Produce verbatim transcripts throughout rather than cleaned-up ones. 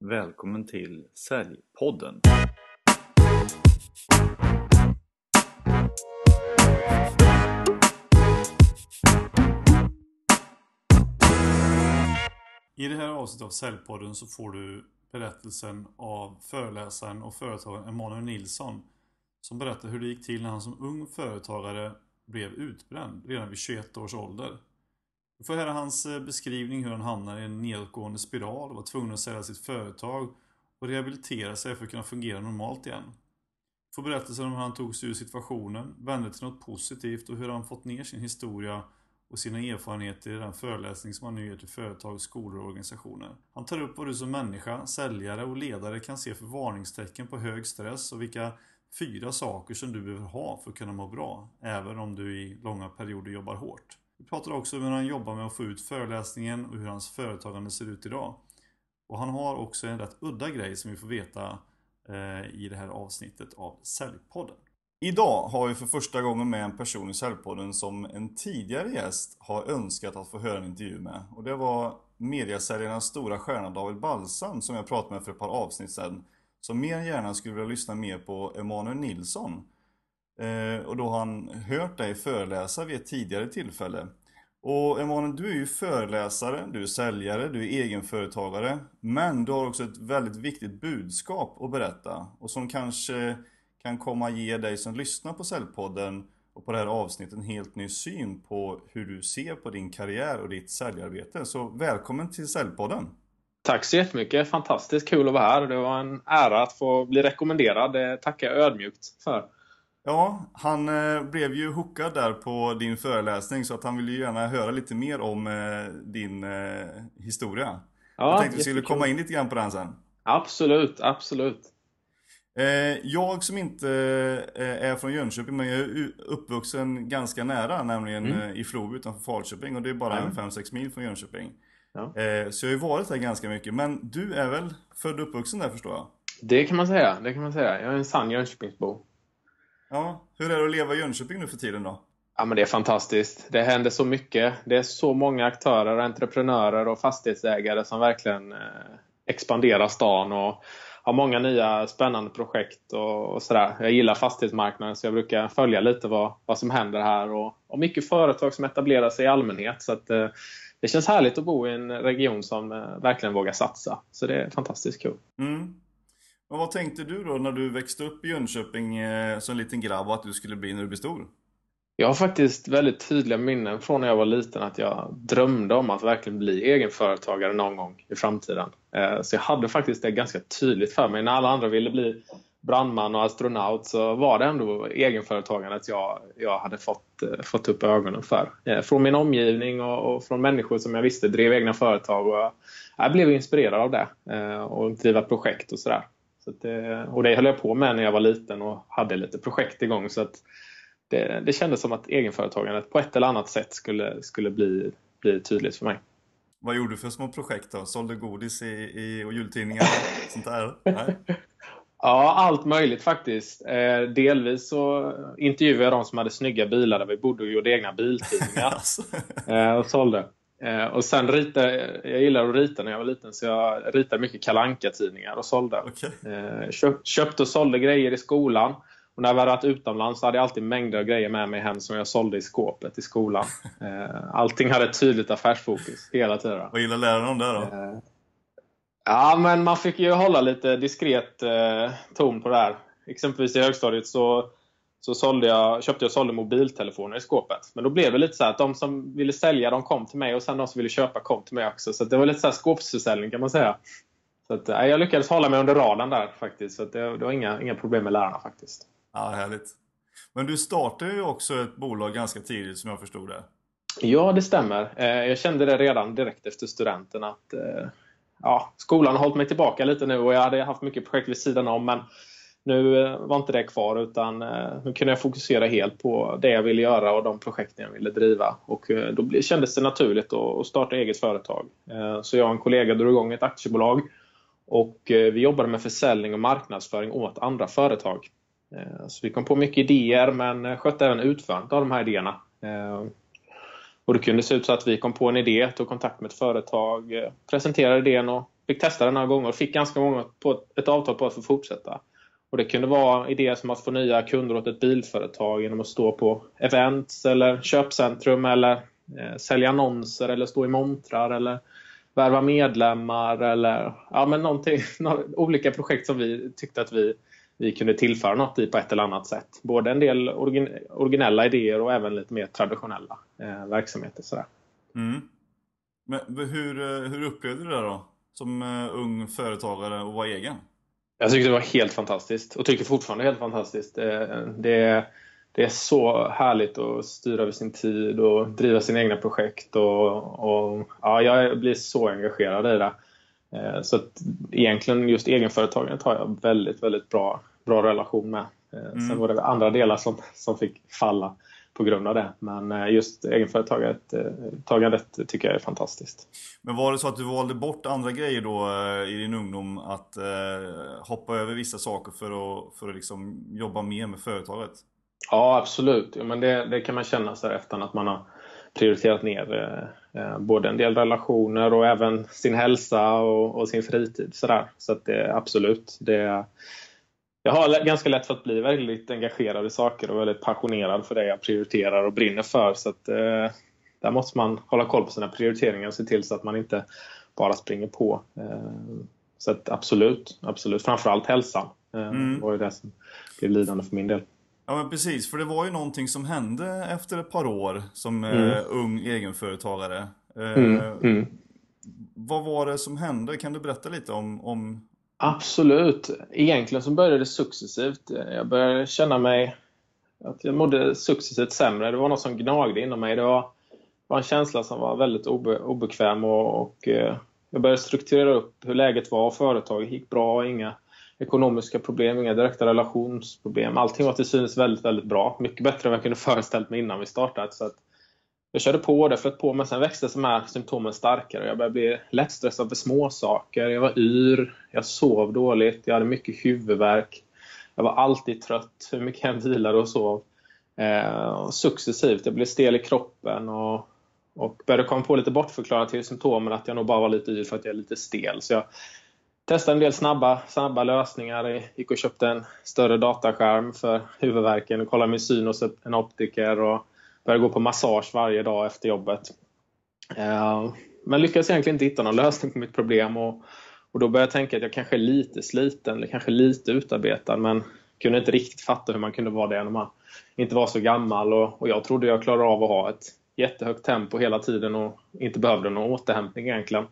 Välkommen till Säljpodden. I det här avsnittet av Säljpodden så får du berättelsen av föreläsaren och företagaren Emanuel Nilsson, som berättar hur det gick till när han som ung företagare blev utbränd redan vid tjugoett års ålder. Du får höra hans beskrivning hur han hamnade i en nedåtgående spiral och var tvungen att sälja sitt företag och rehabilitera sig för att kunna fungera normalt igen. Du får berättelsen om hur han tog sig ur situationen, vände till något positivt och hur han fått ner sin historia och sina erfarenheter i den föreläsning som han nu ger till företag, skolor och organisationer. Han tar upp vad du som människa, säljare och ledare kan se för varningstecken på hög stress och vilka fyra saker som du behöver ha för att kunna må bra, även om du i långa perioder jobbar hårt. Vi pratar också om hur han jobbar med att få ut föreläsningen och hur hans företagande ser ut idag. Och han har också en rätt udda grej som vi får veta eh, i det här avsnittet av Säljpodden. Idag har vi för första gången med en person i Säljpodden som en tidigare gäst har önskat att få höra en intervju med. Och det var mediasäljarnas stora stjärna David Balsam som jag pratade med för ett par avsnitt sedan. Som mer än gärna skulle vilja lyssna mer på Emanuel Nilsson. Eh, och då har han hört dig föreläsa vid ett tidigare tillfälle. Och Emanuel, du är ju föreläsare, du är säljare, du är egenföretagare. Men du har också ett väldigt viktigt budskap att berätta. Och som kanske kan komma ge dig som lyssnar på Säljpodden och på det här avsnittet en helt ny syn på hur du ser på din karriär och ditt säljarbete. Så välkommen till Säljpodden. Tack så jättemycket, fantastiskt kul att vara här. Det var en ära att få bli rekommenderad, det tackar jag ödmjukt för. Ja, han eh, blev ju hookad där på din föreläsning så att han ville ju gärna höra lite mer om eh, din eh, historia. Ja, jag tänkte vi skulle komma in lite grann på den sen. Absolut, absolut. Eh, jag som inte eh, är från Jönköping, men jag är uppvuxen ganska nära, nämligen mm. eh, i Floby utanför Falköping, och det är bara mm. fem sex mil från Jönköping. Ja. Eh, så jag har ju varit där ganska mycket, men du är väl född och uppvuxen där, förstår jag? Det kan man säga, det kan man säga. Jag är en sann Jönköpingsbo. Ja, hur är det att leva i Jönköping nu för tiden då? Ja, men det är fantastiskt. Det händer så mycket. Det är så många aktörer, entreprenörer och fastighetsägare som verkligen eh, expanderar stan och har många nya spännande projekt och, och sådär. Jag gillar fastighetsmarknaden så jag brukar följa lite vad, vad som händer här och, och mycket företag som etablerar sig i allmänhet. Så att eh, det känns härligt att bo i en region som eh, verkligen vågar satsa. Så det är fantastiskt kul. Mm. Och vad tänkte du då när du växte upp i Jönköping eh, som en liten grabb och att du skulle bli när du blir stor? Jag har faktiskt väldigt tydliga minnen från när jag var liten att jag drömde om att verkligen bli egenföretagare någon gång i framtiden. Eh, så jag hade faktiskt det ganska tydligt för mig. När alla andra ville bli brandman och astronaut så var det ändå egenföretagande att jag, jag hade fått, eh, fått upp ögonen för. Eh, från min omgivning och, och från människor som jag visste drev egna företag. Och jag, jag blev inspirerad av det eh, och driva projekt och sådär. Så att det, och det höll jag på med när jag var liten och hade lite projekt igång. Så att det, det kändes som att egenföretagandet på ett eller annat sätt skulle, skulle bli, bli tydligt för mig. Vad gjorde du för små projekt då? Sålde godis i, i, och jultidningar och sånt där? Nej. Ja, allt möjligt faktiskt. Eh, delvis så intervjuade jag de som hade snygga bilar där vi bodde och gjorde egna biltidningar. eh, och sålde. Eh, och sen ritade, jag gillade att rita när jag var liten så jag ritade mycket Kalle Anka-tidningar och sålde. Okay. Eh, köp, köpte och sålde grejer i skolan. Och när jag var varit utomlands så hade jag alltid mängder av grejer med mig hem som jag sålde i skåpet i skolan. Eh, allting hade ett tydligt affärsfokus hela tiden. Vad gillar läraren om det då? Eh, ja, men man fick ju hålla lite diskret eh, ton på det här. Exempelvis i högstadiet så, så sålde jag, köpte jag och sålde mobiltelefoner i skåpet. Men då blev det lite så här att de som ville sälja de kom till mig och sen de som ville köpa kom till mig också. Så det var lite så här skåpsförsäljning kan man säga. Så att, eh, jag lyckades hålla mig under radarn där faktiskt. Så att det, det var inga, inga problem med lärarna faktiskt. Ja, härligt. Men du startade ju också ett bolag ganska tidigt som jag förstod det. Ja, det stämmer. Eh, jag kände det redan direkt efter studenten att eh, ja, skolan har hållit mig tillbaka lite nu och jag hade haft mycket projekt vid sidan om, men nu eh, var inte det kvar utan eh, nu kunde jag fokusera helt på det jag ville göra och de projekten jag ville driva. Och eh, då blev, kändes det naturligt att, att starta eget företag. Eh, så jag och en kollega drog igång ett aktiebolag och eh, vi jobbade med försäljning och marknadsföring åt andra företag. Så vi kom på mycket idéer men skötte även utförandet av de här idéerna. Och det kunde se ut så att vi kom på en idé, tog kontakt med ett företag, presenterade idén och fick testa det några gånger och fick ganska många på ett, ett avtal på att få fortsätta. Och det kunde vara idéer som att få nya kunder åt ett bilföretag genom att stå på events eller köpcentrum eller eh, sälja annonser eller stå i montrar eller värva medlemmar eller ja, men någonting, några, olika projekt som vi tyckte att vi, vi kunde tillföra något i på ett eller annat sätt. Både en del origin, originella idéer och även lite mer traditionella eh, verksamheter. Sådär. Mm. Men hur, hur upplevde du det då som uh, ung företagare och vara egen? Jag tyckte det var helt fantastiskt och tycker fortfarande helt fantastiskt. Det, det, det är så härligt att styra över sin tid och driva sina egna projekt. Och, och, ja, jag blir så engagerad i det. Så att egentligen just egenföretagandet har jag väldigt, väldigt bra, bra relation med. Mm. Sen var det andra delar som, som fick falla på grund av det. Men just egenföretagandet tycker jag är fantastiskt. Men var det så att du valde bort andra grejer då i din ungdom att eh, hoppa över vissa saker för att, för att liksom jobba mer med företaget? Ja, absolut. Ja, men det, det kan man känna så här efter att man har prioriterat ner eh, både en del relationer och även sin hälsa och, och sin fritid. Så, där. Så att det absolut, det jag har ganska lätt för att bli väldigt engagerad i saker och väldigt passionerad för det jag prioriterar och brinner för. Så att, eh, där måste man hålla koll på sina prioriteringar och se till så att man inte bara springer på. Eh, så att absolut, absolut. Framförallt hälsan eh, mm. var ju det som blev lidande för min del. Ja men precis, för det var ju någonting som hände efter ett par år som mm. eh, ung egenföretagare. Eh, mm. Mm. Vad var det som hände? Kan du berätta lite om... om... Absolut. Egentligen så började det successivt. Jag började känna mig att jag mådde successivt sämre. Det var något som gnagde inom mig. Det var, var en känsla som var väldigt obe, obekväm och, och jag började strukturera upp hur läget var. Företaget gick bra, inga ekonomiska problem, inga direkta relationsproblem. Allting var till synes väldigt, väldigt bra. Mycket bättre än jag kunde föreställt mig innan vi startade. Så att jag körde på det, flöt på, men sen växte de här symptomen starkare. Jag började bli lättstressad för små saker. Jag var yr, jag sov dåligt, jag hade mycket huvudvärk. Jag var alltid trött, hur mycket jag vilade och sov. Eh, successivt, jag blev stel i kroppen och, och började komma på lite bortförklara till symptomen att jag nog bara var lite yr för att jag är lite stel. Så jag testade en del snabba, snabba lösningar. Jag gick och köpte en större dataskärm för huvudvärken och kollade min syn hos en optiker och började gå på massage varje dag efter jobbet. Uh, men lyckades egentligen inte hitta någon lösning på mitt problem. Och, och då började jag tänka att jag kanske är lite sliten eller kanske lite utarbetad. Men kunde inte riktigt fatta hur man kunde vara det när man inte var så gammal. Och, och jag trodde jag klarade av att ha ett jättehögt tempo hela tiden och inte behövde någon återhämtning egentligen.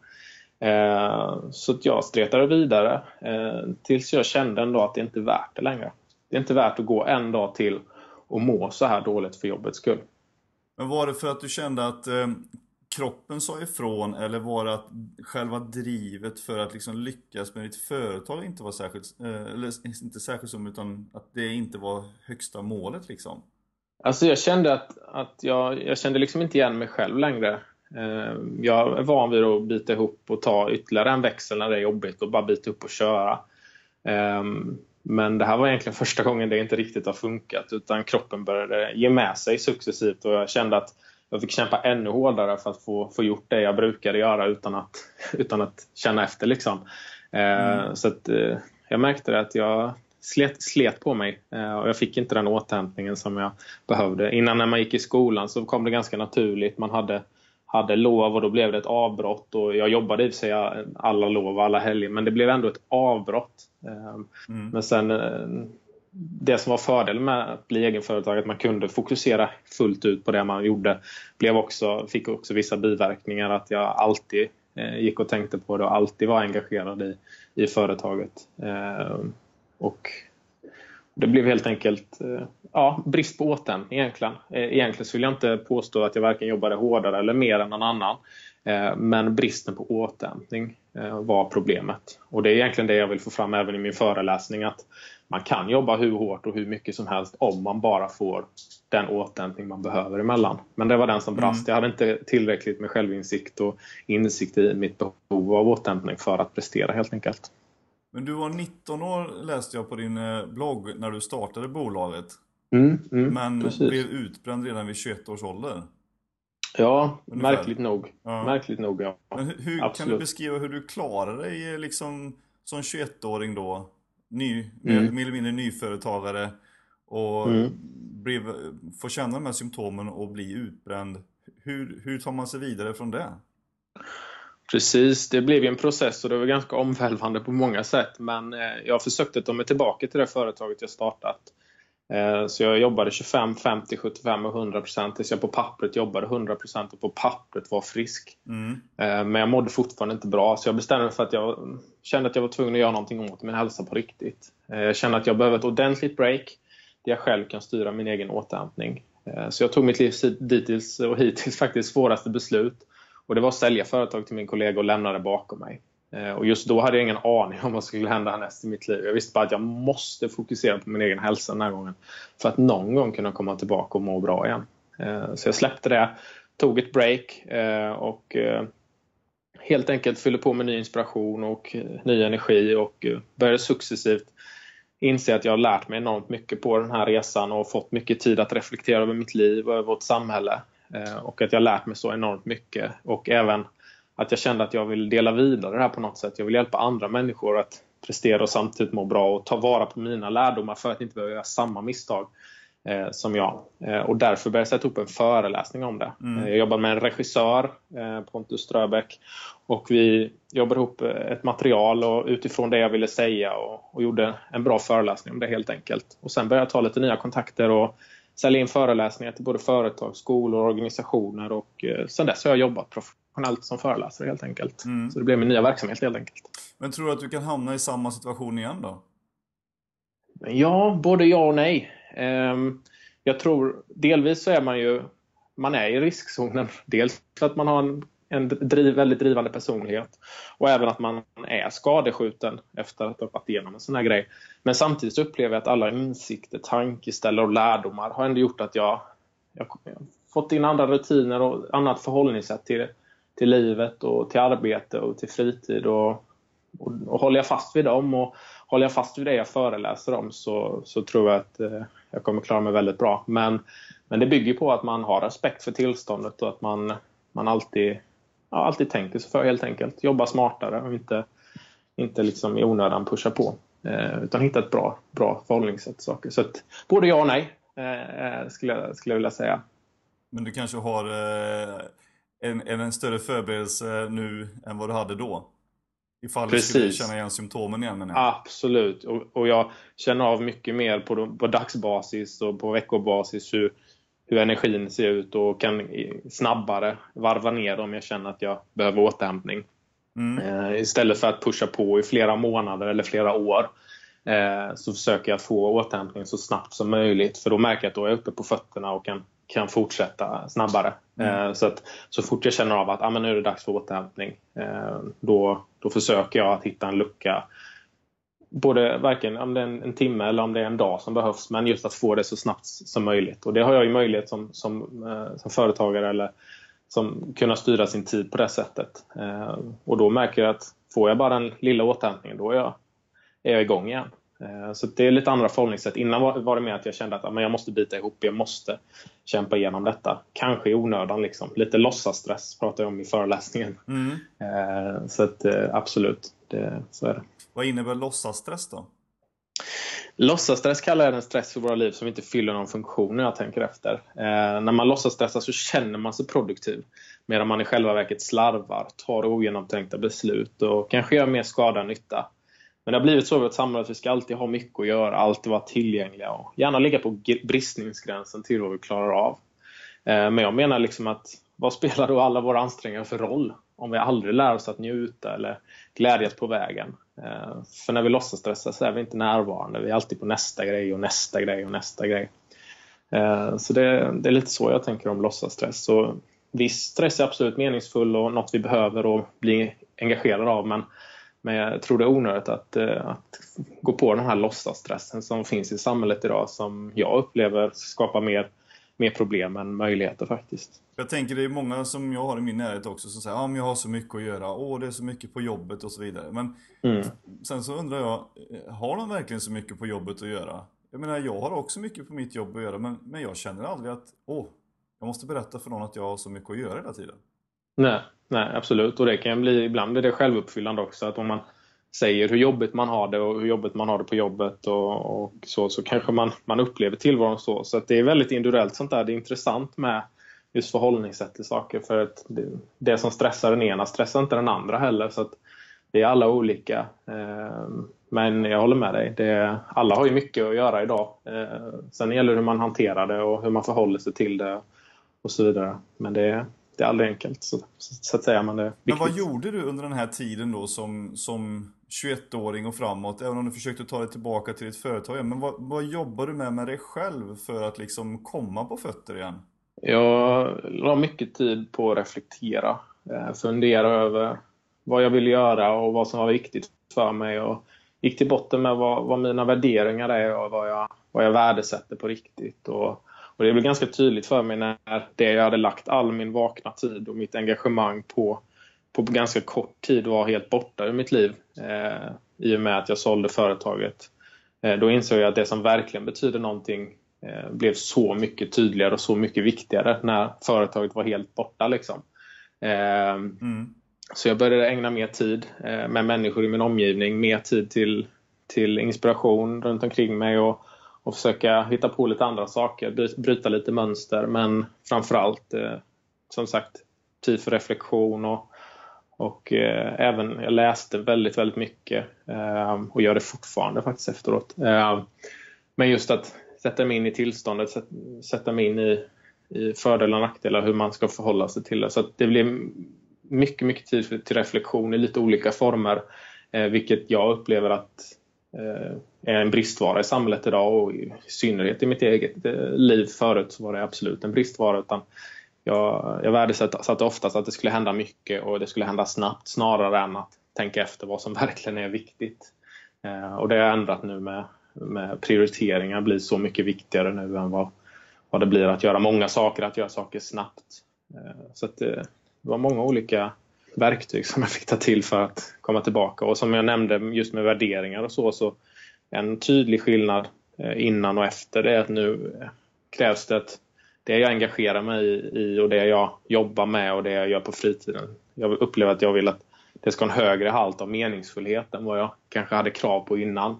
Uh, så att jag stretade vidare uh, tills jag kände ändå att det inte är värt det längre. Det är inte värt att gå en dag till och må så här dåligt för jobbets skull. Men var det för att du kände att eh, kroppen sa ifrån eller var det att själva drivet för att liksom lyckas med ditt företag inte var särskilt, eh, eller inte särskilt som utan att det inte var högsta målet liksom? Alltså jag kände att, att jag, jag kände liksom inte igen mig själv längre. Eh, jag är van vid att bita ihop och ta ytterligare en växel när det är jobbigt och bara bita upp och köra. Eh, Men det här var egentligen första gången det inte riktigt har funkat utan kroppen började ge med sig successivt och jag kände att jag fick kämpa ännu hårdare för att få, få gjort det jag brukade göra utan att, utan att känna efter liksom. Mm. Eh, så att, eh, jag märkte det att jag slet, slet på mig eh, och jag fick inte den återhämtningen som jag behövde. Innan när man gick i skolan så kom det ganska naturligt. Man hade hade lov och då blev det ett avbrott och jag jobbade i sig alla lov och alla helger men det blev ändå ett avbrott. Mm. Men sen det som var fördelen med att bli egenföretagare att man kunde fokusera fullt ut på det man gjorde blev också, fick också vissa biverkningar att jag alltid gick och tänkte på det och alltid var engagerad i, i företaget. Och det blev helt enkelt ja, brist på återhämtning egentligen. Egentligen så vill jag inte påstå att jag varken jobbade hårdare eller mer än någon annan. Men bristen på återhämtning var problemet. Och det är egentligen det jag vill få fram även i min föreläsning. Att man kan jobba hur hårt och hur mycket som helst om man bara får den återhämtning man behöver emellan. Men det var den som brast. Jag hade inte tillräckligt med självinsikt och insikt i mitt behov av återhämtning för att prestera helt enkelt. Men du var nitton år läste jag på din blogg när du startade bolaget. Mm, mm, men precis. Blev utbränd redan vid tjugoett års ålder. Ja, ungefär. märkligt nog. Ja. Märkligt nog, ja. Men hur, hur kan Absolut. du beskriva hur du klarar dig liksom som tjugoett-åring då? Ny, mer, Mm. mer eller mindre nyföretagare och Mm. blev, får känna de här symptomen och bli utbränd. Hur, hur tar man sig vidare från det? Precis, det blev ju en process och det var ganska omvälvande på många sätt. Men eh, jag försökte ta mig tillbaka till det företaget jag startat. Eh, så jag jobbade tjugofem, femtio, sjuttiofem och hundra procent tills jag på pappret jobbade hundra procent och på pappret var frisk. Mm. Eh, men jag mådde fortfarande inte bra, så jag bestämde mig för att jag kände att jag var tvungen att göra någonting åt min hälsa på riktigt. Eh, jag kände att jag behöver ett ordentligt break där jag själv kan styra min egen återhämtning. Eh, så jag tog mitt livs dittills och hittills faktiskt svåraste beslut. Och det var att sälja företag till min kollega och lämna det bakom mig. Och just då hade jag ingen aning om vad som skulle hända härnäst i mitt liv. Jag visste bara att jag måste fokusera på min egen hälsa den här gången. För att någon gång kunna komma tillbaka och må bra igen. Så jag släppte det, tog ett break och helt enkelt fyllde på med ny inspiration och ny energi. Och började successivt inse att jag har lärt mig enormt mycket på den här resan. Och fått mycket tid att reflektera över mitt liv och över vårt samhälle. Och att jag har lärt mig så enormt mycket. Och även att jag kände att jag vill dela vidare det här på något sätt. Jag vill hjälpa andra människor att prestera och samtidigt må bra. Och ta vara på mina lärdomar för att inte behöva göra samma misstag eh, som jag. Eh, och därför började jag sätta upp en föreläsning om det. Mm. Jag jobbade med en regissör, eh, Pontus Ströbeck. Och vi jobbade ihop ett material och utifrån det jag ville säga. Och, och gjorde en bra föreläsning om det helt enkelt. Och sen började jag ta lite nya kontakter och sälja in föreläsningar till både företag, skolor, organisationer och eh, sen dess har jag jobbat professionellt som föreläsare helt enkelt. Mm. Så det blev min nya verksamhet helt enkelt. Men tror du att du kan hamna i samma situation igen då? Ja, både ja och nej. Um, jag tror delvis så är man ju man är i riskzonen. Dels för att man har en, en driv, väldigt drivande personlighet och även att man är skadeskjuten efter att ha varit igenom en sån här grej. Men samtidigt så upplever jag att alla insikter, tankeställare och lärdomar har ändå gjort att jag, jag, jag har fått in andra rutiner och annat förhållningssätt till, till livet och till arbete och till fritid. Och, och, och håller jag fast vid dem och håller jag fast vid det jag föreläser om så, så tror jag att eh, jag kommer klara mig väldigt bra. Men, men det bygger på att man har respekt för tillståndet och att man, man alltid, ja, alltid tänker sig för helt enkelt. Jobba smartare och inte, inte liksom i onödan pusha på. Eh, utan hitta ett bra, bra förhållningssätt till saker. Så att både ja och nej eh, skulle, jag, skulle jag vilja säga. Men du kanske har eh, en, en större förberedelse nu än vad du hade då? Ifall du skulle känna igen symptomen igen. Men Absolut. Och, och jag känner av mycket mer på, på dagsbasis och på veckobasis hur, hur energin ser ut och kan snabbare varva ner om jag känner att jag behöver återhämtning. Mm. Eh, istället för att pusha på i flera månader eller flera år eh, så försöker jag få återhämtning så snabbt som möjligt. För då märker jag att då är jag uppe på fötterna och kan, kan fortsätta snabbare. Mm. Eh, så, att, så fort jag känner av att ah, men nu är det dags för återhämtning eh, då, då försöker jag att hitta en lucka. Både varken om det är en, en timme eller om det är en dag som behövs. Men just att få det så snabbt som möjligt. Och det har jag ju möjlighet som, som, eh, som företagare eller som kunna styra sin tid på det sättet. Eh, och då märker jag att får jag bara den lilla återhämtningen då är jag, är jag igång igen. Eh, så det är lite andra förhållningssätt. Innan var, var det mer att jag kände att ja, men jag måste bita ihop, jag måste kämpa igenom detta. Kanske i onödan liksom. Lite låtsasstress pratar jag om i föreläsningen. Mm. Eh, så att, eh, absolut, det, så är det. Vad innebär låtsasstress då? Låtsasstress kallar jag den stress för våra liv som inte fyller någon funktion när jag tänker efter. Eh, när man låtsasstressar så känner man sig produktiv. Medan man i själva verket slarvar, tar ogenomtänkta beslut och kanske gör mer skada än nytta. Men det har blivit så i vårt samhälle att vi ska alltid ha mycket att göra, alltid vara tillgängliga och gärna ligga på bristningsgränsen till vad vi klarar av. Eh, men jag menar liksom att vad spelar då alla våra ansträngningar för roll? Om vi aldrig lär oss att njuta eller glädjas på vägen. Eh, för när vi låtsas stressa så är vi inte närvarande. Vi är alltid på nästa grej och nästa grej och nästa grej. Eh, så det, det är lite så jag tänker om låtsasstress. Så viss stress är absolut meningsfull och något vi behöver och bli engagerade av. Men, men jag tror det är onödigt att, att gå på den här låtsasstressen som finns i samhället idag. Som jag upplever skapar mer mer problem än möjligheter faktiskt. Jag tänker det är många som jag har i min närhet också som säger att ah, jag har så mycket att göra, åh det är så mycket på jobbet och så vidare. Men mm. sen så undrar jag, har de verkligen så mycket på jobbet att göra? Jag menar jag har också mycket på mitt jobb att göra men, men jag känner aldrig att åh, jag måste berätta för någon att jag har så mycket att göra hela tiden. Nej, nej, absolut. Och det kan bli, ibland blir det självuppfyllande också. Att om man säger hur jobbigt man har det och hur jobbigt man har det på jobbet och, och så, så kanske man, man upplever tillvaron så. Så att det är väldigt individuellt sånt där. Det är intressant med just förhållningssätt till saker. För att det, det som stressar den ena stressar inte den andra heller. Så att det är alla olika. Eh, men jag håller med dig. Det, alla har ju mycket att göra idag. Eh, sen gäller det hur man hanterar det och hur man förhåller sig till det och så vidare. Men det, det är aldrig enkelt så, så att säga. Men, det är men vad gjorde du under den här tiden då som, som tjugoettåring och framåt? Även om du försökte ta dig tillbaka till ditt företag. Men vad, vad jobbar du med med dig själv för att liksom komma på fötter igen? Jag la mycket tid på att reflektera. Eh, fundera över vad jag ville göra och vad som var viktigt för mig. Och gick till botten med vad, vad mina värderingar är och vad jag, vad jag värdesätter på riktigt. Och, och det blev ganska tydligt för mig när det jag hade lagt all min vakna tid och mitt engagemang på, på ganska kort tid var helt borta ur mitt liv. Eh, I och med att jag sålde företaget. Eh, då insåg jag att det som verkligen betyder någonting eh, blev så mycket tydligare och så mycket viktigare när företaget var helt borta liksom. Eh, mm. Så jag började ägna mer tid eh, med människor i min omgivning, mer tid till, till inspiration runt omkring mig och, och försöka hitta på lite andra saker, bryta lite mönster, men framförallt eh, som sagt tid för reflektion och, och eh, även jag läste väldigt, väldigt mycket eh, och gör det fortfarande faktiskt efteråt. Eh, men just att sätta mig in i tillståndet, sätta, sätta mig in i, i fördelar och nackdelar, hur man ska förhålla sig till det. Så att det blir mycket, mycket tid till reflektion i lite olika former, eh, vilket jag upplever att eh, är en bristvara i samhället idag, och i synnerhet i mitt eget eh, liv förut så var det absolut en bristvara, utan jag, jag värdesatte oftast att det skulle hända mycket och det skulle hända snabbt snarare än att tänka efter vad som verkligen är viktigt. Eh, och det har jag ändrat nu med, med prioriteringar blir så mycket viktigare nu än vad, vad det blir att göra många saker, att göra saker snabbt. Eh, så att det Det var många olika verktyg som jag fick ta till för att komma tillbaka. Och som jag nämnde just med värderingar och så, så en tydlig skillnad innan och efter det är att nu krävs det att det jag engagerar mig i och det jag jobbar med och det jag gör på fritiden. Jag upplever att jag vill att det ska ha en högre halt av meningsfullhet än vad jag kanske hade krav på innan.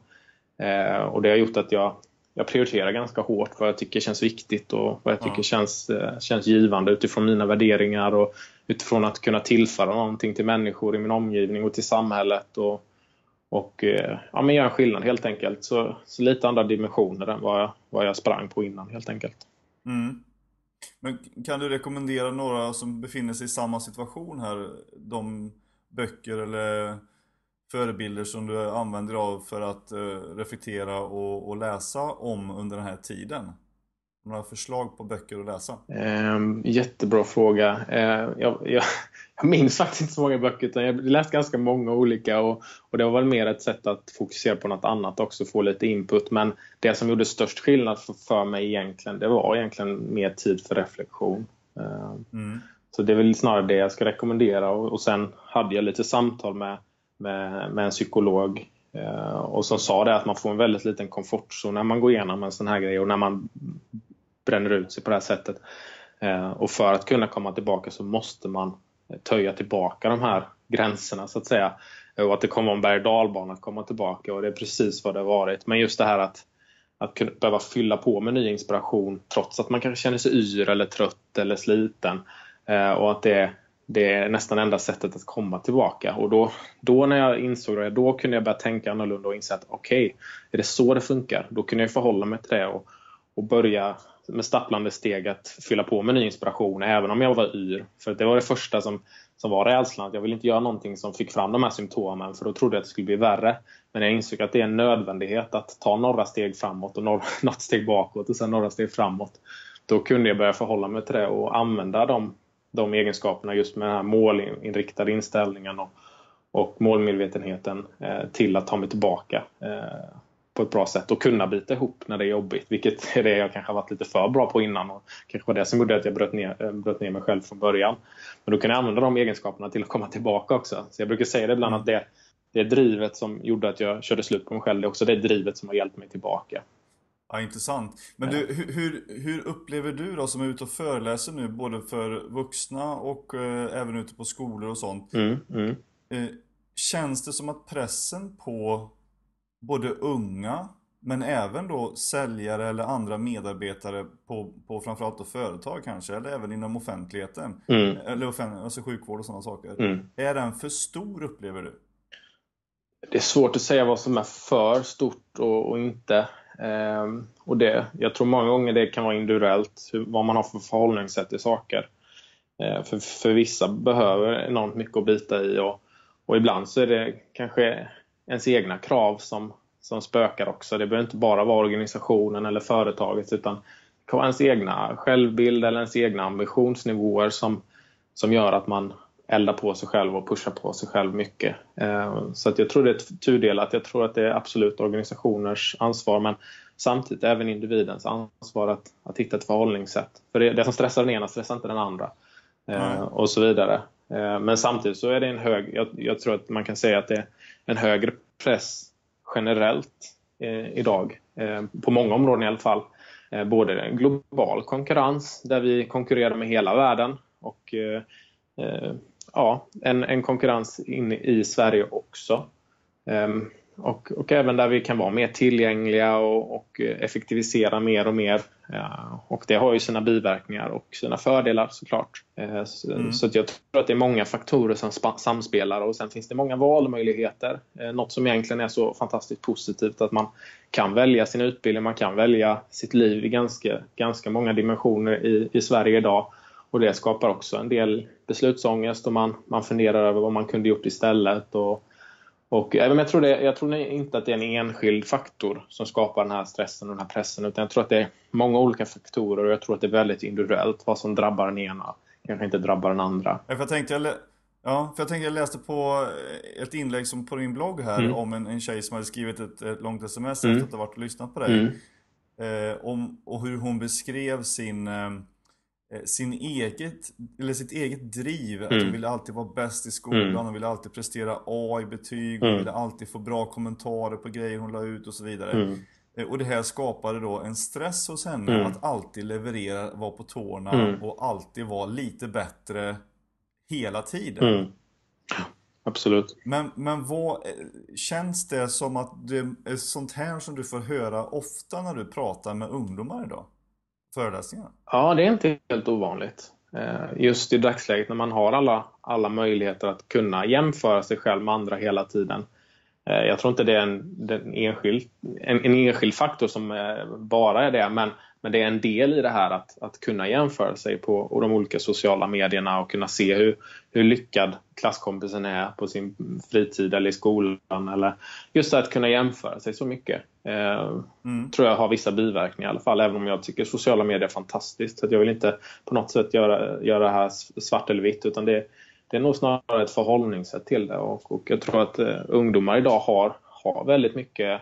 Och det har gjort att jag Jag prioriterar ganska hårt vad jag tycker känns viktigt och vad jag tycker ja. känns, känns givande utifrån mina värderingar och utifrån att kunna tillföra någonting till människor i min omgivning och till samhället och, och ja, men göra en skillnad helt enkelt. Så, så lite andra dimensioner än vad jag, vad jag sprang på innan helt enkelt. Mm. Men kan du rekommendera några som befinner sig i samma situation här, de böcker eller förebilder som du använder av för att uh, reflektera och, och läsa om under den här tiden? Några förslag på böcker att läsa? Um, jättebra fråga. Uh, jag, jag, jag minns faktiskt inte så många böcker, utan jag läste ganska många olika och, och det var väl mer ett sätt att fokusera på något annat också, få lite input. Men det som gjorde störst skillnad för, för mig egentligen, det var egentligen mer tid för reflektion. Uh, mm. Så det är väl snarare det jag ska rekommendera, och, och sen hade jag lite samtal med Med, med en psykolog eh, och som sa det att man får en väldigt liten komfortzon när man går igenom en sån här grej och när man bränner ut sig på det här sättet. Eh, och för att kunna komma tillbaka så måste man töja tillbaka de här gränserna så att säga. Och att det kommer en berg- och dalbana att komma tillbaka, och det är precis vad det har varit. Men just det här att, att kunna behöva fylla på med ny inspiration trots att man kanske känner sig yr eller trött eller sliten. Eh, och att det Det är nästan enda sättet att komma tillbaka. Och då, då när jag insåg det, då kunde jag börja tänka annorlunda och inse att okej, okay, är det så det funkar? Då kunde jag förhålla mig till det och, och börja med stapplande steg att fylla på med ny inspiration, även om jag var yr. För det var det första som, som var rädslan, att jag ville inte göra någonting som fick fram de här symptomen, för då trodde jag att det skulle bli värre. Men jag insåg att det är en nödvändighet att ta några steg framåt och några, något steg bakåt och sen några steg framåt. Då kunde jag börja förhålla mig till det och använda dem de egenskaperna just med den här målinriktade inställningen och, och målmedvetenheten eh, till att ta mig tillbaka eh, på ett bra sätt och kunna bita ihop när det är jobbigt, vilket är det jag kanske har varit lite för bra på innan och kanske var det som gjorde att jag bröt ner, bröt ner mig själv från början. Men då kan jag använda de egenskaperna till att komma tillbaka också. Så jag brukar säga det ibland att det, det är drivet som gjorde att jag körde slut på mig själv, det är också det drivet som har hjälpt mig tillbaka. Ja, intressant. Men du, hur, hur, hur upplever du då som är ute och föreläser nu, både för vuxna och eh, även ute på skolor och sånt? Mm, mm. Eh, känns det som att pressen på både unga men även då säljare eller andra medarbetare på, på framförallt då företag kanske, eller även inom offentligheten, Mm. eller offentlig, alltså sjukvård och sådana saker, Mm. är den för stor, upplever du? Det är svårt att säga vad som är för stort och, och inte. Ehm, och det, jag tror många gånger det kan vara individuellt, hur, vad man har för förhållningssätt till saker. Ehm, för, för vissa behöver enormt mycket att bita i, och, och ibland så är det kanske ens egna krav som, som spökar också. Det behöver inte bara vara organisationen eller företaget, utan det kan vara ens egna självbild eller ens egna ambitionsnivåer som, som gör att man elda på sig själv och pusha på sig själv mycket. Så att jag tror det är tudelat. Jag tror att det är absolut organisationers ansvar, men samtidigt även individens ansvar att, att hitta ett förhållningssätt. För det, det som stressar den ena stressar inte den andra. Mm. Och så vidare. Men samtidigt så är det en hög, jag, jag tror att man kan säga att det är en högre press generellt eh, idag. Eh, på många områden i alla fall. Eh, både en global konkurrens där vi konkurrerar med hela världen, och eh, eh, ja, en, en konkurrens inne i Sverige också. Um, och, och även där vi kan vara mer tillgängliga och, och effektivisera mer och mer. Ja, och det har ju sina biverkningar och sina fördelar såklart. Uh, så, mm. så att jag tror att det är många faktorer som spa- samspelar, och sen finns det många valmöjligheter. Uh, något som egentligen är så fantastiskt positivt, att man kan välja sin utbildning, man kan välja sitt liv i ganska, ganska många dimensioner i, i Sverige idag. Och det skapar också en del beslutsångest, och man, man funderar över vad man kunde gjort istället. Och, och även jag, tror det, jag tror inte att det är en enskild faktor som skapar den här stressen och den här pressen, utan jag tror att det är många olika faktorer, och jag tror att det är väldigt individuellt vad som drabbar den ena kanske inte drabbar den andra. Ja, för jag tänkte jag, lä- ja, för jag, tänkte jag läste på ett inlägg som på din blogg här mm. om en, en tjej som hade skrivit ett, ett långt sms mm. efter att ha varit och lyssnat på dig. Mm. Eh, om, och hur hon beskrev sin... Eh, sin eget, eller sitt eget driv, att mm. hon ville alltid vara bäst i skolan, mm. hon ville alltid prestera A i betyg, hon mm. ville alltid få bra kommentarer på grejer hon la ut och så vidare. Mm. Och det här skapade då en stress hos henne mm. att alltid leverera, vara på tårna mm. och alltid vara lite bättre hela tiden. Mm. Absolut. Men, men vad känns det som att det är sånt här som du får höra ofta när du pratar med ungdomar idag? Föreläsningar? Ja, det är inte helt ovanligt. Just i dagsläget när man har alla, alla möjligheter att kunna jämföra sig själv med andra hela tiden. Jag tror inte det är en, en, enskild, en, en enskild faktor som bara är det, men, men det är en del i det här att, att kunna jämföra sig på och de olika sociala medierna och kunna se hur, hur lyckad klasskompisen är på sin fritid eller i skolan. Eller just att kunna jämföra sig så mycket eh, mm. tror jag har vissa biverkningar i alla fall, även om jag tycker sociala medier är fantastiskt. Så att jag vill inte på något sätt göra, göra det här svart eller vitt, utan det Det är nog snarare ett förhållningssätt till det, och, och jag tror att eh, ungdomar idag har, har väldigt mycket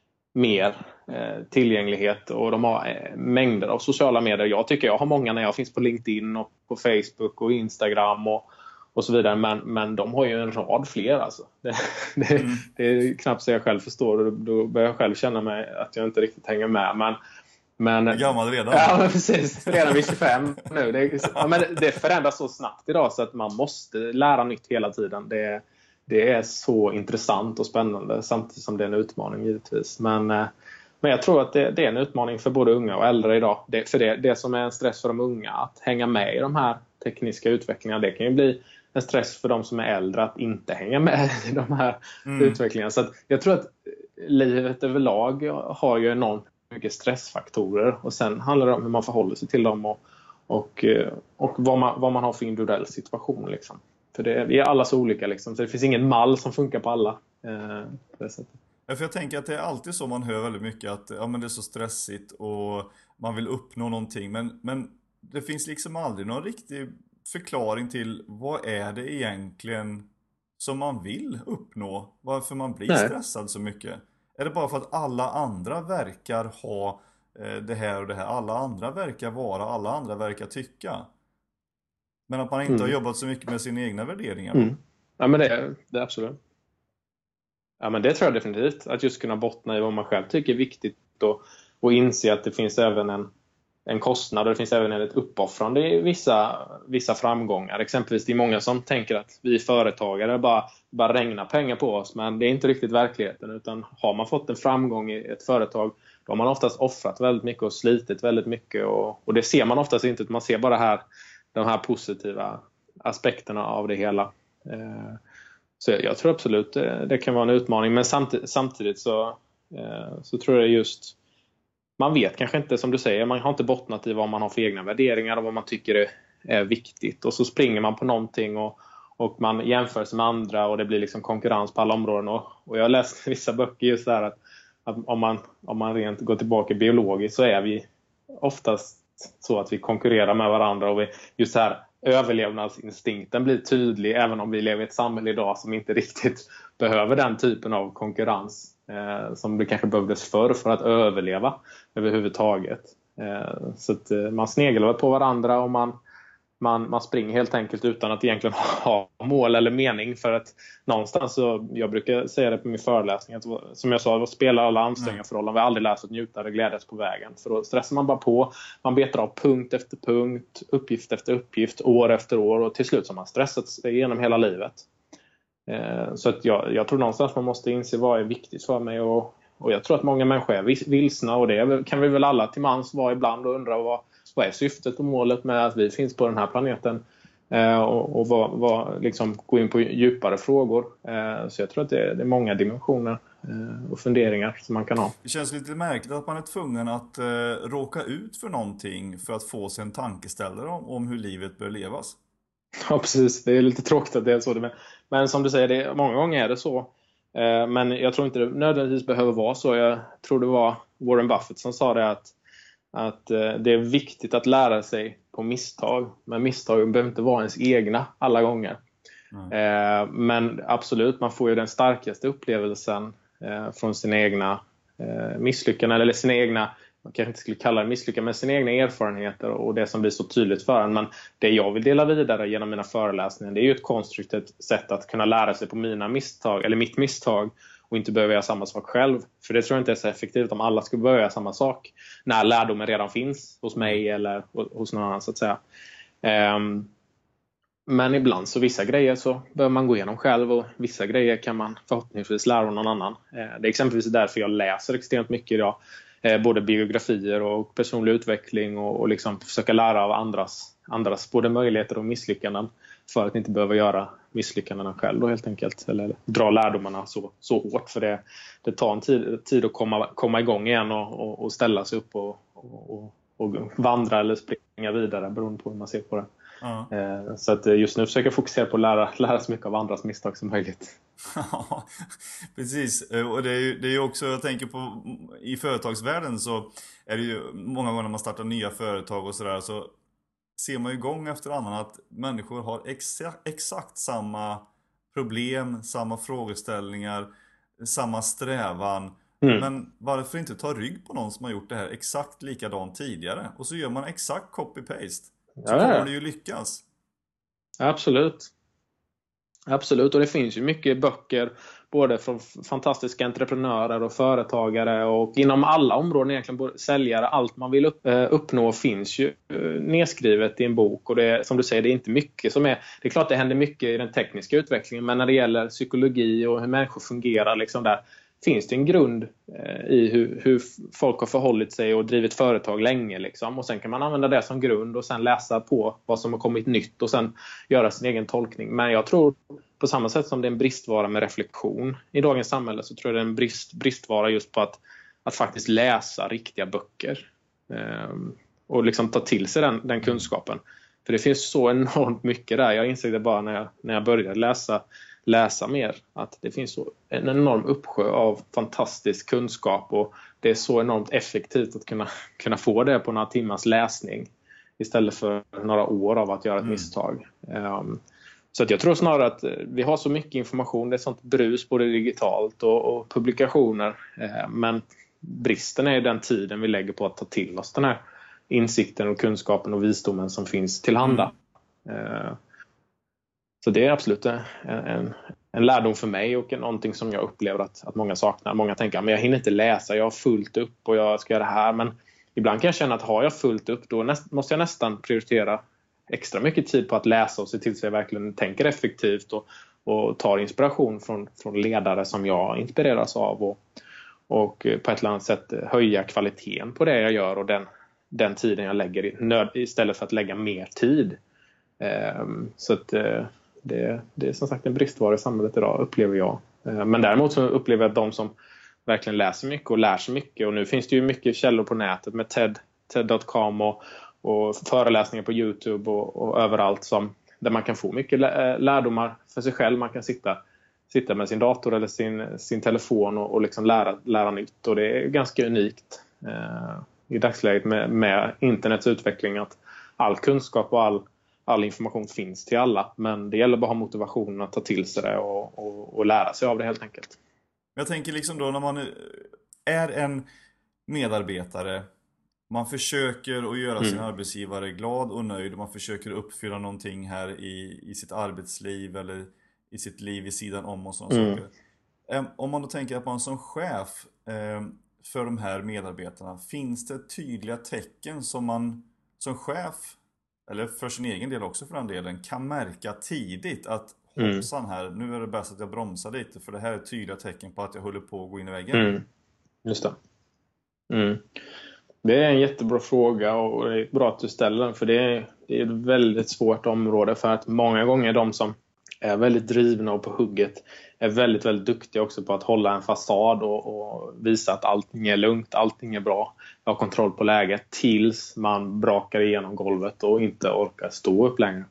mer eh, tillgänglighet, och de har eh, mängder av sociala medier. Jag tycker jag har många när jag finns på LinkedIn och på Facebook och Instagram och, och så vidare, men, men de har ju en rad fler alltså. Det, det, mm. det är knappt så jag själv förstår, och då, då börjar jag själv känna mig att jag inte riktigt hänger med, men Men, gammal redan. Ja, men precis. Redan vid tjugofem nu. Det, ja, men det förändras så snabbt idag så att man måste lära nytt hela tiden. Det, det är så intressant och spännande, samtidigt som det är en utmaning givetvis. Men, men jag tror att det, det är en utmaning för både unga och äldre idag. Det, för det, det som är en stress för de unga, att hänga med i de här tekniska utvecklingarna, det kan ju bli en stress för de som är äldre att inte hänga med i de här mm. utvecklingarna. Så att jag tror att livet överlag har ju enormt mycket stressfaktorer, och sen handlar det om hur man förhåller sig till dem och, och, och vad, man, vad man har för individuell situation liksom. För det, vi är alla så olika liksom, så det finns ingen mall som funkar på alla eh, på det sättet. Ja, för jag tänker att det är alltid så man hör väldigt mycket att ja, men det är så stressigt och man vill uppnå någonting, men, men det finns liksom aldrig någon riktig förklaring till vad är det egentligen som man vill uppnå, varför man blir Nej. stressad så mycket. Är det bara för att alla andra verkar ha eh, det här och det här? Alla andra verkar vara, alla andra verkar tycka. Men att man inte mm. har jobbat så mycket med sina egna värderingar. Mm. Ja, men det, det är absolut. Ja, men det tror jag definitivt. Att just kunna bottna i vad man själv tycker är viktigt och, och inse att det finns även en, en kostnad och det finns även ett uppoffrande i vissa, vissa framgångar. Exempelvis det är många som tänker att vi företagare bara, bara regnar pengar på oss, men det är inte riktigt verkligheten, utan har man fått en framgång i ett företag, då har man oftast offrat väldigt mycket och slitit väldigt mycket, och, och det ser man oftast inte, man ser bara här, de här positiva aspekterna av det hela. Eh, så jag, jag tror absolut det, det kan vara en utmaning, men samtidigt, samtidigt så, eh, så tror jag just man vet kanske inte, som du säger, man har inte bottnat i vad man har för egna värderingar och vad man tycker är, är viktigt, och så springer man på någonting och, och man jämför sig med andra och det blir liksom konkurrens på alla områden, och, och jag har läst vissa böcker just där att, att om, man, om man rent går tillbaka biologiskt så är vi oftast så att vi konkurrerar med varandra, och vi, just så här överlevnadsinstinkten blir tydlig även om vi lever i ett samhälle idag som inte riktigt behöver den typen av konkurrens eh, som det kanske behövdes förr för att överleva överhuvudtaget. Eh, så att eh, man sneglar på varandra och man, man, man springer helt enkelt utan att egentligen ha mål eller mening, för att någonstans så, jag brukar säga det på min föreläsning, att, som jag sa, att spela alla ansträngningar för rollen, vi har aldrig lärt oss att njuta eller glädjas på vägen, för då stressar man bara på, man betar av punkt efter punkt, uppgift efter uppgift, år efter år, och till slut så har man stressat sig genom hela livet. eh, så att jag, jag tror någonstans man måste inse vad är viktigt för mig, och, och jag tror att många människor är vilsna, och det kan vi väl alla till mans vara ibland, och undra vad Vad är syftet och målet med att vi finns på den här planeten? Eh, och och vad, vad, liksom, gå in på djupare frågor. Eh, så jag tror att det är, det är många dimensioner eh, och funderingar som man kan ha. Det känns lite märkligt att man är tvungen att eh, råka ut för någonting för att få sig en tankeställare om, om hur livet bör levas. Ja, precis. Det är lite tråkigt att det är så. Men, men som du säger, det, många gånger är det så. Eh, men jag tror inte det nödvändigtvis behöver vara så. Jag tror det var Warren Buffett som sa det, att Att eh, det är viktigt att lära sig på misstag. Men misstagen behöver inte vara ens egna alla gånger. Mm. Eh, men absolut, man får ju den starkaste upplevelsen eh, från sina egna eh, misslyckanden. Eller sina egna, man kanske inte skulle kalla det misslyckanden, men sina egna erfarenheter och det som blir så tydligt för en. Men det jag vill dela vidare genom mina föreläsningar, det är ju ett konstruktivt sätt att kunna lära sig på mina misstag, eller mitt misstag, och inte behöver göra samma sak själv. För det tror jag inte är så effektivt om alla skulle börja göra samma sak när lärdomen redan finns hos mig eller hos någon annan, så att säga. Um, men ibland så vissa grejer så behöver man gå igenom själv, och vissa grejer kan man förhoppningsvis lära av någon annan. Uh, det är exempelvis därför jag läser extremt mycket idag. Uh, både biografier och personlig utveckling, och, och liksom försöka lära av andras, andras både möjligheter och misslyckanden, för att inte behöva göra misslyckandena själv då, helt enkelt, eller dra lärdomarna så, så hårt, för det, det tar en tid, tid att komma, komma igång igen och, och, och ställa sig upp och, och, och vandra eller springa vidare beroende på hur man ser på det. Mm. Eh, så att just nu försöker jag fokusera på att lära, lära så mycket av andras misstag som möjligt. Ja, precis. Och det är ju det är också, jag tänker på, i företagsvärlden så är det ju många gånger när man startar nya företag och sådär, så ser man ju gång efter annan att människor har exakt, exakt samma problem, samma frågeställningar, samma strävan. Mm. Men varför inte ta rygg på någon som har gjort det här exakt likadant tidigare? Och så gör man exakt copy-paste. Så ja, kommer det ju lyckas. Absolut. Absolut, och det finns ju mycket böcker både från fantastiska entreprenörer och företagare, och inom alla områden egentligen, både säljare, allt man vill upp, uppnå finns ju nedskrivet i en bok. Och det, som du säger, det är inte mycket som är, det är klart det händer mycket i den tekniska utvecklingen, men när det gäller psykologi och hur människor fungerar liksom, där finns det en grund eh, i hur, hur folk har förhållit sig och drivit företag länge liksom. Och sen kan man använda det som grund och sen läsa på vad som har kommit nytt och sen göra sin egen tolkning. Men jag tror på samma sätt som det är en bristvara med reflektion i dagens samhälle, så tror jag det är en brist, bristvara just på att, att faktiskt läsa riktiga böcker eh, och liksom ta till sig den, den kunskapen. För det finns så enormt mycket där. Jag insåg det bara när jag, när jag började läsa läsa mer, att det finns så en enorm uppsjö av fantastisk kunskap, och det är så enormt effektivt att kunna, kunna få det på några timmars läsning istället för några år av att göra ett mm. misstag. Um, så att jag tror snarare att vi har så mycket information, det är sånt brus både digitalt och, och publikationer, uh, men bristen är den tiden vi lägger på att ta till oss den här insikten och kunskapen och visdomen som finns tillhanda. Mm. Uh, Så det är absolut en, en, en lärdom för mig och någonting som jag upplever att, att många saknar. Många tänker att jag hinner inte läsa, jag har fullt upp och jag ska göra det här. Men ibland kan jag känna att har jag fullt upp, då näst, måste jag nästan prioritera extra mycket tid på att läsa och se till så jag verkligen tänker effektivt och, och tar inspiration från, från ledare som jag inspireras av och, och på ett eller annat sätt höja kvaliteten på det jag gör och den, den tiden jag lägger i, nöd, istället för att lägga mer tid. Um, så att uh, det, det är som sagt en bristvara i samhället idag, upplever jag. Uh, men däremot så upplever jag att de som verkligen läser mycket och lär sig mycket, och nu finns det ju mycket källor på nätet med TED, TED dot com och, och föreläsningar på YouTube och, och överallt som, där man kan få mycket lärdomar för sig själv. Man kan sitta, sitta med sin dator eller sin, sin telefon och, och liksom lära, lära nytt, och det är ganska unikt uh, i dagsläget med, med internets utveckling att all kunskap och all All information finns till alla, men det gäller bara att ha motivationen att ta till sig det och, och, och lära sig av det helt enkelt. Jag tänker liksom då när man är en medarbetare, man försöker att göra sin mm. arbetsgivare glad och nöjd och man försöker uppfylla någonting här i, i sitt arbetsliv eller i sitt liv vid sidan om och sådana mm. saker. Om man då tänker att man som chef för de här medarbetarna, finns det tydliga tecken som man som chef, eller för sin egen del också för den delen, kan märka tidigt att hoppsan här, nu är det bäst att jag bromsar lite, för det här är tydliga tecken på att jag håller på att gå in i väggen. Mm. Just det. Mm. Det är en jättebra fråga och det är bra att du ställer den, för det är, det är ett väldigt svårt område, för att många gånger de som är väldigt drivna och på hugget är väldigt, väldigt duktiga också på att hålla en fasad och, och visa att allting är lugnt, allting är bra, jag har kontroll på läget, tills man brakar igenom golvet och inte orkar stå upp längre.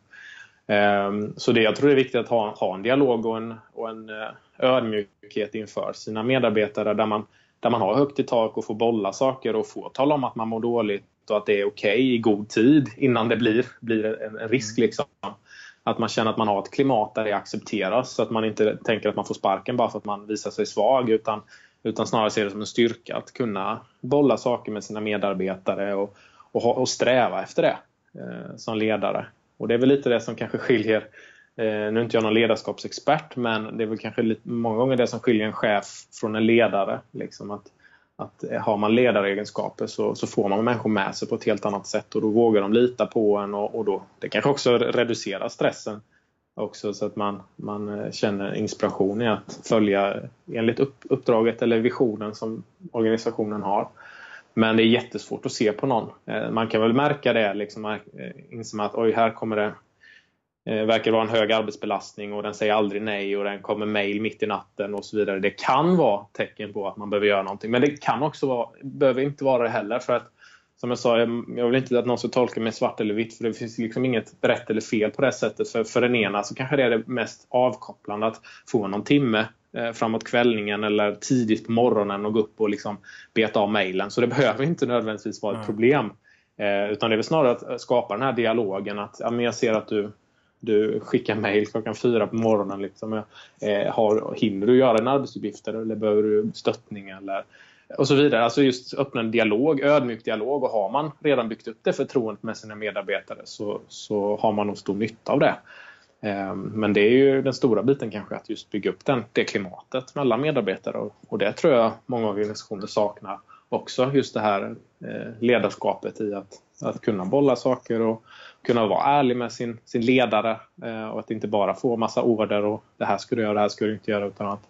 Um, så det, jag tror det är viktigt att ha, ha en dialog och en, och en uh, ödmjukhet inför sina medarbetare där man, där man har högt i tak och får bolla saker och får tala om att man mår dåligt och att det är okej okay i god tid innan det blir, blir en, en risk liksom. Att man känner att man har ett klimat där det accepteras, så att man inte tänker att man får sparken bara för att man visar sig svag, utan, utan snarare ser det som en styrka att kunna bolla saker med sina medarbetare och, och, ha, och sträva efter det eh, som ledare. Och det är väl lite det som kanske skiljer, eh, nu är inte jag någon ledarskapsexpert, men det är väl kanske lite, många gånger det som skiljer en chef från en ledare. Liksom att, att har man ledaregenskaper så, så får man människor med sig på ett helt annat sätt, och då vågar de lita på en, och, och då, det kanske också reducerar stressen också, så att man, man känner inspiration i att följa enligt upp, uppdraget eller visionen som organisationen har. Men det är jättesvårt att se på någon. Man kan väl märka det, liksom, inse att oj, här kommer det eh, verkar vara en hög arbetsbelastning och den säger aldrig nej och den kommer mejl mitt i natten och så vidare. Det kan vara tecken på att man behöver göra någonting, men det kan också vara, behöver inte vara det heller, för att som jag sa, jag vill inte att någon ska tolka mig svart eller vitt, för det finns liksom inget rätt eller fel på det sättet. För, för den ena så kanske det är det mest avkopplande att få någon timme eh, framåt kvällningen eller tidigt på morgonen och gå upp och liksom beta av mejlen. Så det behöver inte nödvändigtvis vara ett mm. problem. Eh, utan det är väl snarare att skapa den här dialogen att ja, men jag ser att du, du skickar mejl klockan fyra på morgonen. Liksom. Eh, har, hinner du göra en arbetsuppgift eller behöver du stöttning eller och så vidare. Alltså just öppna en dialog, ödmjuk dialog, och har man redan byggt upp det förtroendet med sina medarbetare så, så har man nog stor nytta av det. Eh, men det är ju den stora biten kanske, att just bygga upp den, det klimatet mellan medarbetare, och, och det tror jag många organisationer saknar också, just det här eh, ledarskapet i att, att kunna bolla saker och kunna vara ärlig med sin, sin ledare eh, och att inte bara få massa order och det här ska du göra, det här ska du inte göra, utan att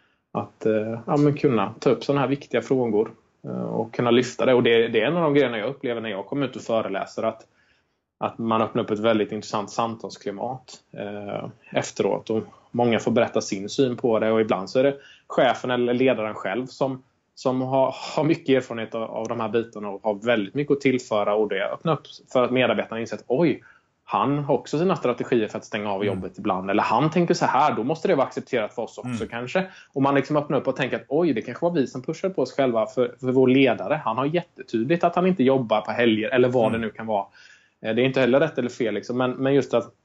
Att eh, ja, men kunna ta upp sådana här viktiga frågor eh, och kunna lyfta det. Och det, det är en av de grejerna jag upplever när jag kommer ut och föreläser. Att, att man öppnar upp ett väldigt intressant samtalsklimat eh, efteråt. Och många får berätta sin syn på det. Och ibland så är det chefen eller ledaren själv som, som har, har mycket erfarenhet av, av de här bitarna och har väldigt mycket att tillföra. Och det öppnar upp för att medarbetarna inser att oj, han har också sina strategier för att stänga av jobbet mm. ibland. Eller han tänker så här, då måste det vara accepterat för oss också mm. kanske. Och man liksom öppnar upp och tänker att oj, det kanske var vi som pushade på oss själva. För, för vår ledare, han har jättetydligt att han inte jobbar på helger. Eller vad mm. det nu kan vara. Det är inte heller rätt eller fel. Liksom. Men, men just att,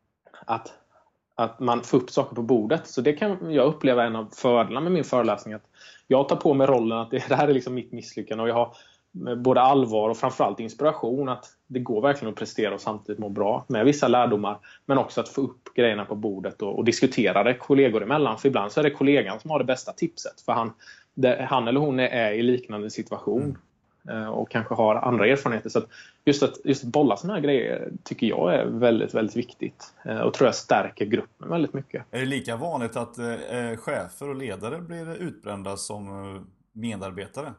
att, att man får upp saker på bordet. Så det kan jag uppleva en av fördelarna med min föreläsning. Att jag tar på mig rollen att det, det här är liksom mitt misslyckande. Och jag har med både allvar och framförallt inspiration, att det går verkligen att prestera och samtidigt må bra med vissa lärdomar, men också att få upp grejerna på bordet och, och diskutera det kollegor emellan, för ibland så är det kollegan som har det bästa tipset, för han, det, han eller hon är i liknande situation mm. och kanske har andra erfarenheter, så att just att just att bolla såna här grejer tycker jag är väldigt, väldigt viktigt och tror jag stärker gruppen väldigt mycket. Är det lika vanligt att eh, chefer och ledare blir utbrända som medarbetare?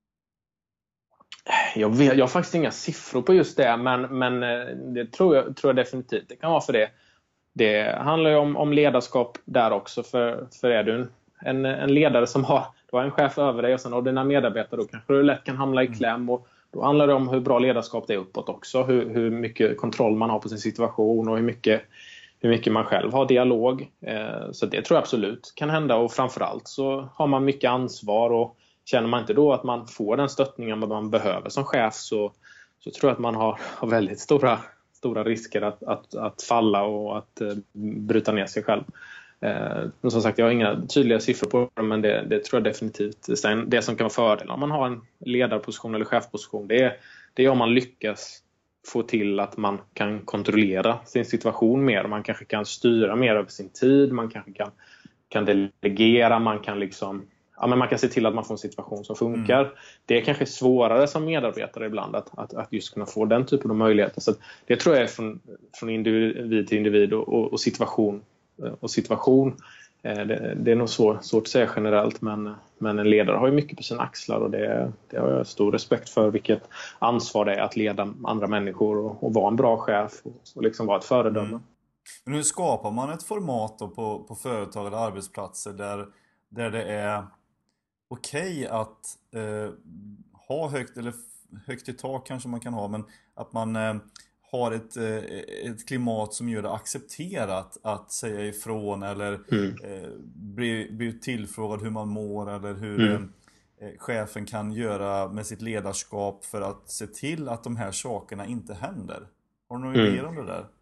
Jag, vet, jag har faktiskt inga siffror på just det, men, men det tror jag, tror jag definitivt det kan vara, för det. Det handlar ju om, om ledarskap där också, för, för är du en, en ledare som har, du har en chef över dig och sen har dina medarbetare, då kanske du lätt kan hamna i kläm, och då handlar det om hur bra ledarskap det är uppåt också, hur, hur mycket kontroll man har på sin situation och hur mycket, hur mycket man själv har dialog. Eh, så det tror jag absolut kan hända, och framförallt så har man mycket ansvar, och känner man inte då att man får den stöttningen man behöver som chef, så, så tror jag att man har, har väldigt stora, stora risker att, att, att falla och att eh, bryta ner sig själv. Eh, som sagt, jag har inga tydliga siffror på det, men det, det tror jag definitivt. Sen, det som kan vara fördel om man har en ledarposition eller chefposition, det är, det är om man lyckas få till att man kan kontrollera sin situation mer. Man kanske kan styra mer över sin tid, man kanske kan, kan delegera, man kan liksom... Ja, men man kan se till att man får en situation som funkar. Mm. Det är kanske svårare som medarbetare ibland att, att, att just kunna få den typen av möjligheter. Så det tror jag är från, från individ till individ och, och, och situation. Och situation. Det, det är nog svår, svårt att säga generellt, men, men en ledare har ju mycket på sina axlar, och det, det har jag stor respekt för, vilket ansvar det är att leda andra människor och, och vara en bra chef och, och liksom vara ett föredöme. Mm. Men hur skapar man ett format då på, på företag eller arbetsplatser där, där det är okej att eh, ha högt, eller högt i tak kanske man kan ha, men att man eh, har ett, eh, ett klimat som gör det accepterat att säga ifrån, eller mm. eh, bli, bli tillfrågad hur man mår, eller hur mm. eh, chefen kan göra med sitt ledarskap för att se till att de här sakerna inte händer. Har du några mm. idéer om det där?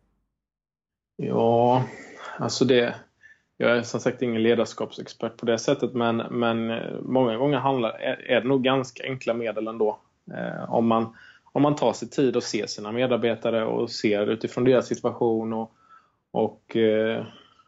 Ja, alltså det... Jag är som sagt ingen ledarskapsexpert på det sättet, men, men många gånger handlar, är, är det nog ganska enkla medel ändå. Eh, om, man, om man tar sig tid och ser sina medarbetare och ser utifrån deras situation och, och eh,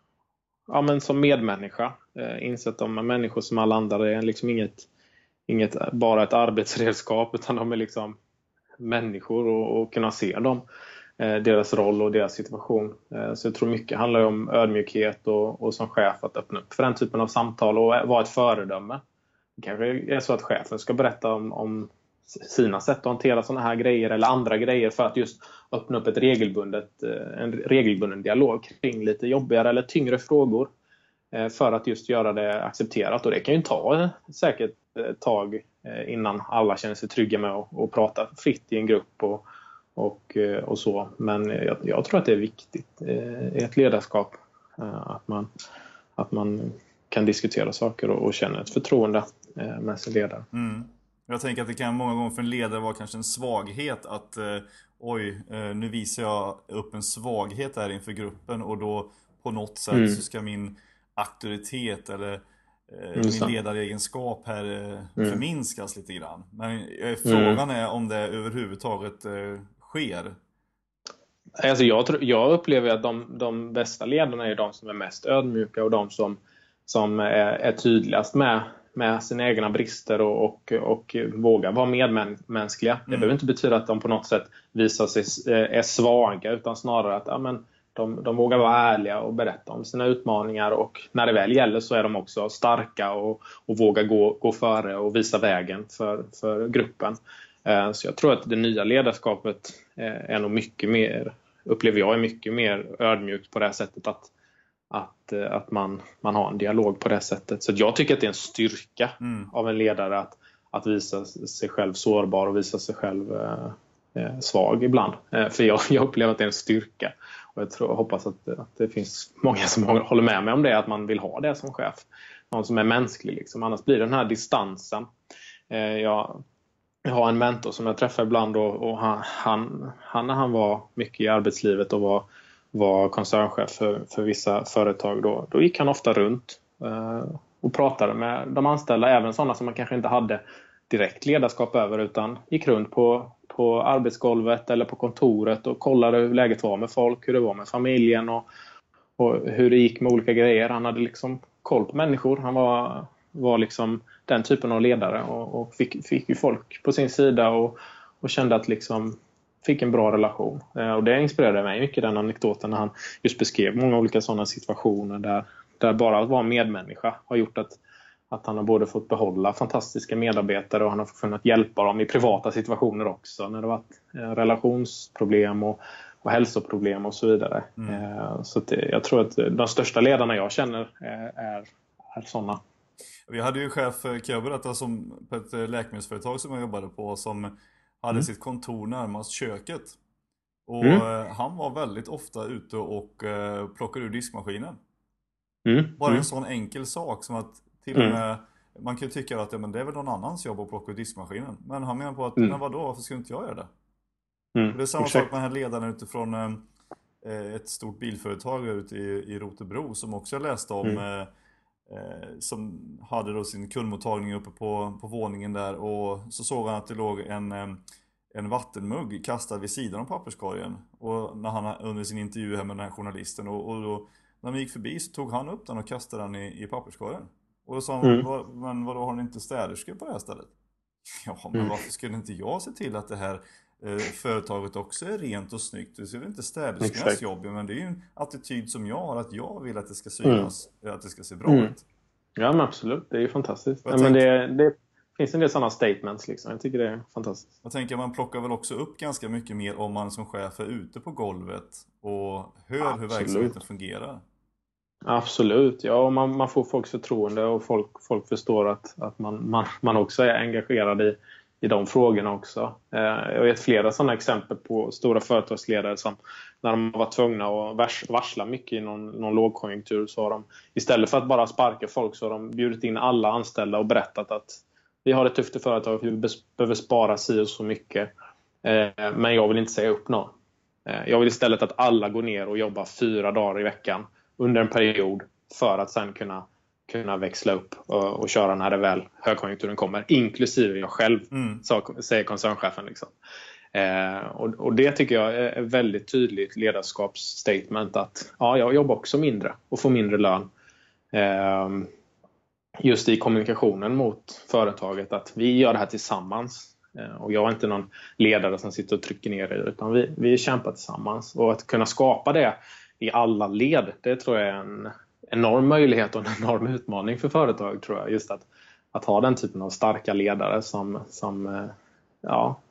ja, men som medmänniska eh, inser att de är människor som alla andra. Det är liksom inget, inget bara ett arbetsredskap, utan de är liksom människor, och, och kunna se dem. Deras roll och deras situation. Så jag tror mycket handlar om ödmjukhet och, och som chef att öppna upp för den typen av samtal och vara ett föredöme. Det kanske är så att chefen ska berätta om, om sina sätt att hantera sådana här grejer eller andra grejer, för att just öppna upp ett regelbundet, en regelbunden dialog kring lite jobbigare eller tyngre frågor, för att just göra det accepterat. Och det kan ju ta säkert ett tag innan alla känner sig trygga med att, att prata fritt i en grupp och Och, och så. Men jag, jag tror att det är viktigt i ett ledarskap att man, att man kan diskutera saker och, och känna ett förtroende med sin ledare. Mm. Jag tänker att det kan många gånger för en ledare vara kanske en svaghet att eh, oj, eh, nu visar jag upp en svaghet där inför gruppen, och då på något sätt mm. så ska min auktoritet eller eh, min ledaregenskap här eh, mm. förminskas lite grann. Men eh, frågan mm. är om det överhuvudtaget eh, sker. Alltså jag, tror, jag upplever att de, de bästa ledarna är de som är mest ödmjuka och de som, som är, är tydligast med, med sina egna brister och, och, och vågar vara medmänskliga. Mm. Det behöver inte betyda att de på något sätt visar sig är svaga, utan snarare att ja, men de, de vågar vara ärliga och berätta om sina utmaningar, och när det väl gäller så är de också starka och, och vågar gå, gå före och visa vägen för, för gruppen. Så jag tror att det nya ledarskapet är nog mycket mer, upplever jag, är mycket mer ödmjukt på det här sättet, att, att, att man, man har en dialog på det sättet. Så jag tycker att det är en styrka mm. av en ledare att, att visa sig själv sårbar och visa sig själv eh, svag ibland. Eh, för jag, jag upplever att det är en styrka. Och jag tror, hoppas att, att det finns många som håller med mig om det, att man vill ha det som chef. Någon som är mänsklig liksom. Annars blir den här distansen. Eh, jag Jag har en mentor som jag träffar ibland, och, och han, han, han när han var mycket i arbetslivet och var, var koncernchef för, för vissa företag, då, då gick han ofta runt eh, och pratade med de anställda, även sådana som man kanske inte hade direkt ledarskap över, utan gick runt på, på arbetsgolvet eller på kontoret och kollade hur läget var med folk, hur det var med familjen och, och hur det gick med olika grejer. Han hade liksom koll på människor. Han var, var liksom den typen av ledare och, och fick, fick ju folk på sin sida och, och kände att liksom fick en bra relation. Eh, och det inspirerade mig mycket, den anekdoten när han just beskrev många olika sådana situationer där, där bara att vara medmänniska har gjort att, att han har både fått behålla fantastiska medarbetare och han har kunnat hjälpa dem i privata situationer också när det varit eh, relationsproblem och, och hälsoproblem och så vidare. Mm. Eh, så att, jag tror att de största ledarna jag känner eh, är, är sådana. Vi hade ju chef, kan jag berätta, som på ett läkemedelsföretag som jag jobbade på, som hade mm. sitt kontor närmast köket. Och mm. han var väldigt ofta ute och uh, plockade ur diskmaskinen. Mm. Bara en mm. sån enkel sak som att till och med, mm. man kan ju tycka att ja, men det är väl någon annans jobb att plocka ur diskmaskinen. Men han menar på att, mm. men vadå, varför skulle inte jag göra det? Mm. Det är samma Exakt. sak med den här ledaren utifrån uh, ett stort bilföretag ute i, i Rotebro som också jag läste om. Mm. Uh, som hade då sin kundmottagning uppe på, på våningen där, och så såg han att det låg en, en vattenmugg kastad vid sidan av papperskorgen, och när han under sin intervju här med den här journalisten, och, och då, när han gick förbi så tog han upp den och kastade den i, i papperskorgen, och då sa han, mm. vad, men vadå, har ni inte städerskor på det här stället? Ja, men mm. varför skulle inte jag se till att det här eh, företaget också är rent och snyggt? Det är inte städerskornas jobb, men det är ju en attityd som jag har, att jag vill att det ska synas, mm. att det ska se bra mm. ut. Ja, men absolut, det är ju fantastiskt. Ja, men det, det finns en del sådana statements liksom. Jag tycker det är fantastiskt. Jag tänker, man plockar väl också upp ganska mycket mer om man som chef är ute på golvet och hör absolut. hur verksamheten fungerar. Absolut, ja, och man, man får folks förtroende och folk, folk förstår att, att man, man, man också är engagerad i, i de frågorna också. Eh, jag vet flera sådana exempel på stora företagsledare som när de var tvungna att vars, varsla mycket i någon, någon lågkonjunktur, så har de istället för att bara sparka folk så har de bjudit in alla anställda och berättat att vi har ett tufft i företag, vi behöver spara si och så mycket, eh, men jag vill inte säga upp någon. Eh, jag vill istället att alla går ner och jobbar fyra dagar i veckan under en period för att sen kunna, kunna växla upp och, och köra när det väl högkonjunkturen kommer. Inklusive jag själv, mm. så, säger koncernchefen. Liksom. Eh, och, och det tycker jag är ett väldigt tydligt ledarskapsstatement att ja, jag jobbar också mindre och får mindre lön. Eh, just i kommunikationen mot företaget, att vi gör det här tillsammans. Eh, och jag är inte någon ledare som sitter och trycker ner det, utan vi, vi kämpar tillsammans. Och att kunna skapa det i alla led, det tror jag är en enorm möjlighet och en enorm utmaning för företag, tror jag. Just att, att ha den typen av starka ledare som, som ja,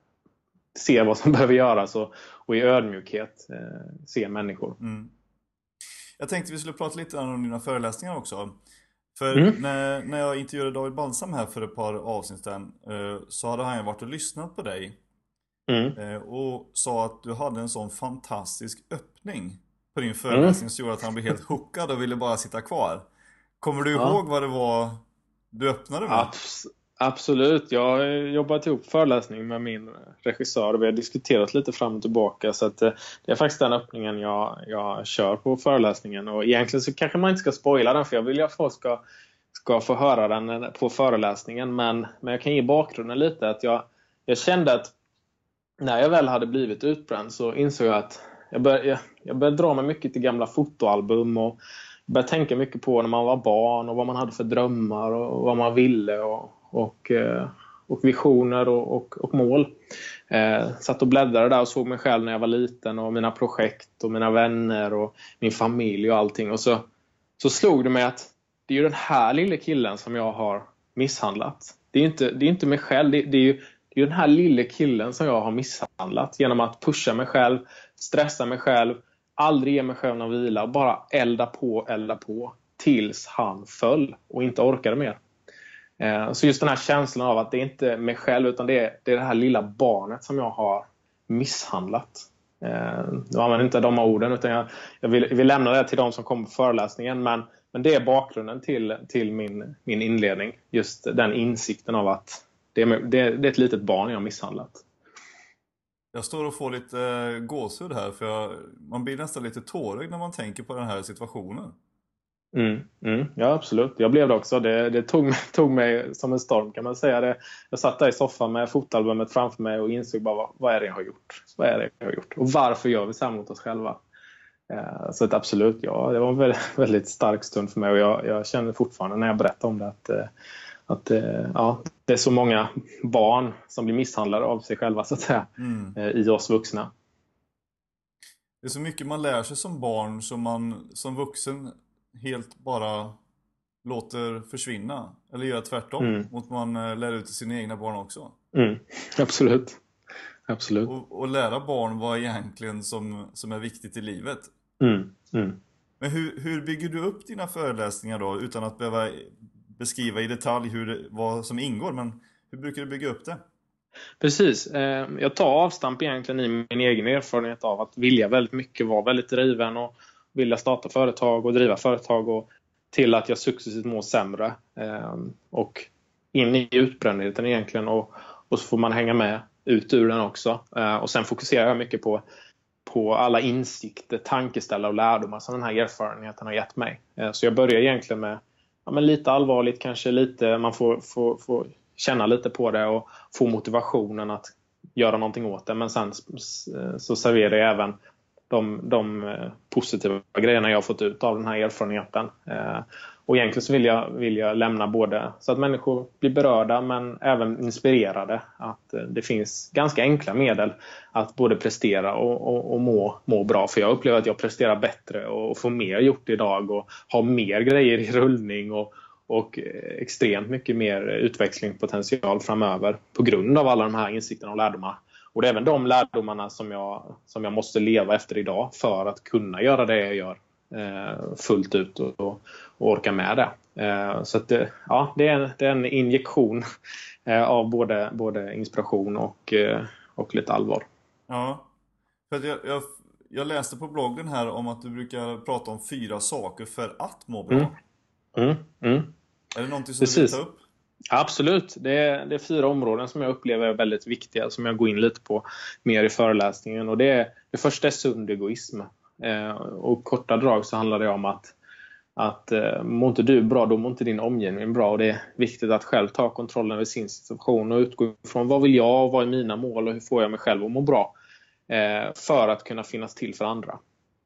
ser vad som behöver göras och, och i ödmjukhet eh, ser människor. Mm. Jag tänkte vi skulle prata lite om dina föreläsningar också. För mm. när, när jag intervjuade David Balsam här för ett par avsnitt sedan, eh, så hade han ju varit och lyssnat på dig. Mm. Eh, och sa att du hade en sån fantastisk öppning på din föreläsning mm. som gjorde att han blev helt hookad och ville bara sitta kvar. Kommer du ja. ihåg vad det var du öppnade med? Abs- absolut, jag har jobbat ihop föreläsning med min regissör och vi har diskuterat lite fram och tillbaka, så att det är faktiskt den öppningen jag, jag kör på föreläsningen, och egentligen så kanske man inte ska spoila den, för jag vill ju att folk ska, ska få höra den på föreläsningen, men, men jag kan ge bakgrunden lite, att jag, jag kände att när jag väl hade blivit utbränd så insåg jag att jag började, jag, jag började dra mig mycket till gamla fotoalbum och började tänka mycket på när man var barn och vad man hade för drömmar och, och vad man ville och, och, och visioner och, och, och mål. Eh, satt och bläddrade där och såg mig själv när jag var liten och mina projekt och mina vänner och min familj och allting. Och så, så slog det mig att det är ju den här lilla killen som jag har misshandlat. Det är ju inte, det är inte mig själv, det, det är ju Det är den här lille killen som jag har misshandlat genom att pusha mig själv, stressa mig själv, aldrig ge mig själv någon vila, bara elda på, elda på tills han föll och inte orkade mer. Så just den här känslan av att det är inte mig själv, utan det är det, är det här lilla barnet som jag har misshandlat. Jag använder inte de orden, utan jag, jag vill, vill lämna det till de som kommer på föreläsningen, men, men det är bakgrunden till, till min, min inledning. Just den insikten av att Det är, det, det är ett litet barn jag har misshandlat. Jag står och får lite äh, gåshud här, för jag, man blir nästan lite tårig när man tänker på den här situationen. Mm, mm, ja, absolut. Jag blev det också. Det, det tog, mig, tog mig som en storm, kan man säga. Det, jag satt där i soffan med fotalbumet framför mig och insåg bara vad, vad är det jag har gjort? Vad är det jag har gjort? Och varför gör vi så här mot oss själva? Eh, så att absolut, ja, det var en väldigt, väldigt stark stund för mig. Och jag, jag känner fortfarande när jag berättar om det att, att ja, det är så många barn som blir misshandlade av sig själva, så att säga, mm. i oss vuxna. Det är så mycket man lär sig som barn som man som vuxen helt bara låter försvinna. Eller gör tvärtom mm. mot man lär ut till sina egna barn också. Mm. Absolut. Absolut. Och, och lära barn vad egentligen som, som är viktigt i livet. Mm. Mm. Men hur, hur bygger du upp dina föreläsningar då? Utan att behöva beskriva i detalj hur det, vad som ingår. Men hur brukar du bygga upp det? Precis. Jag tar avstamp egentligen i min egen erfarenhet av att vilja väldigt mycket, vara väldigt driven och vilja starta företag och driva företag, och till att jag successivt mår sämre och in i utbrändheten egentligen, och, och så får man hänga med ut ur den också. Och sen fokuserar jag mycket på, på alla insikter, tankeställare och lärdomar som den här erfarenheten har gett mig. Så jag börjar egentligen med ja, men lite allvarligt, kanske lite, man får, får, får känna lite på det och få motivationen att göra någonting åt det. Men sen så serverar jag även de, de positiva grejerna jag har fått ut av den här erfarenheten. Och egentligen så vill jag, vill jag lämna både så att människor blir berörda men även inspirerade. Att det finns ganska enkla medel att både prestera och, och, och må, må bra. För jag upplever att jag presterar bättre och får mer gjort idag och har mer grejer i rullning och, och extremt mycket mer utväxlingspotential framöver på grund av alla de här insikterna och lärdomarna. Och det är även de lärdomarna som jag, som jag måste leva efter idag för att kunna göra det jag gör eh, fullt ut och, och orka med det. Eh, så att det, ja, det, är, det är en injektion eh, av både, både inspiration och, eh, och lite allvar. Ja, för att jag, jag, jag läste på bloggen här om att du brukar prata om fyra saker för att må bra. Mm. Mm. Mm. Är det någonting som Precis. du vill ta upp? Absolut, det är, det är fyra områden som jag upplever är väldigt viktiga, som jag går in lite på mer i föreläsningen. Och det, är, det första är sund egoism. Eh, och korta drag så handlar det om att, att eh, mår inte du bra, då mår inte din omgivning bra. Och det är viktigt att själv ta kontrollen över sin situation och utgå från vad vill jag, vad är mina mål och hur får jag mig själv att må bra. Eh, för att kunna finnas till för andra.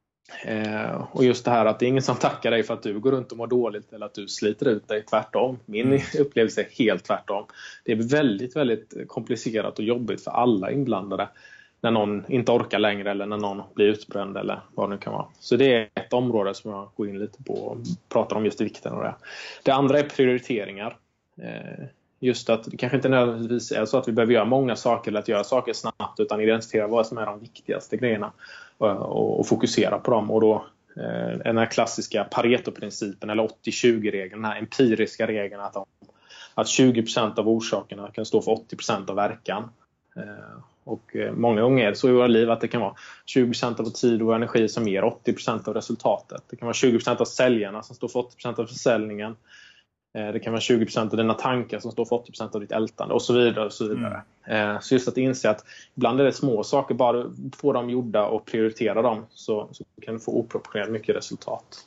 Eh, och just det här att det är ingen som tackar dig för att du går runt och mår dåligt eller att du sliter ut dig, tvärtom. Min mm. upplevelse är helt tvärtom. Det är väldigt, väldigt komplicerat och jobbigt för alla inblandade när någon inte orkar längre eller när någon blir utbränd eller vad det nu kan vara. Så det är ett område som jag går in lite på och pratar om just vikten av det. Det andra är prioriteringar. Eh, just att det kanske inte nödvändigtvis är så att vi behöver göra många saker eller att göra saker snabbt, utan identifiera vad som är de viktigaste grejerna och, och fokusera på dem. Och då eh, den här klassiska Pareto-principen eller åttio tjugo-regeln, den här empiriska regeln att, att tjugo procent av orsakerna kan stå för åttio procent av verkan. Eh, och eh, många gånger är det så i våra liv att det kan vara tjugo procent av tid och energi som ger åttio procent av resultatet. Det kan vara tjugo procent av säljarna som står för åttio procent av försäljningen. Det kan vara tjugo procent av dina tankar som står för åttio procent av ditt ältande och så vidare. Och så vidare. Mm. Så just att inse att ibland är det små saker, bara få dem gjorda och prioritera dem, så, så kan du få oproportionerligt mycket resultat.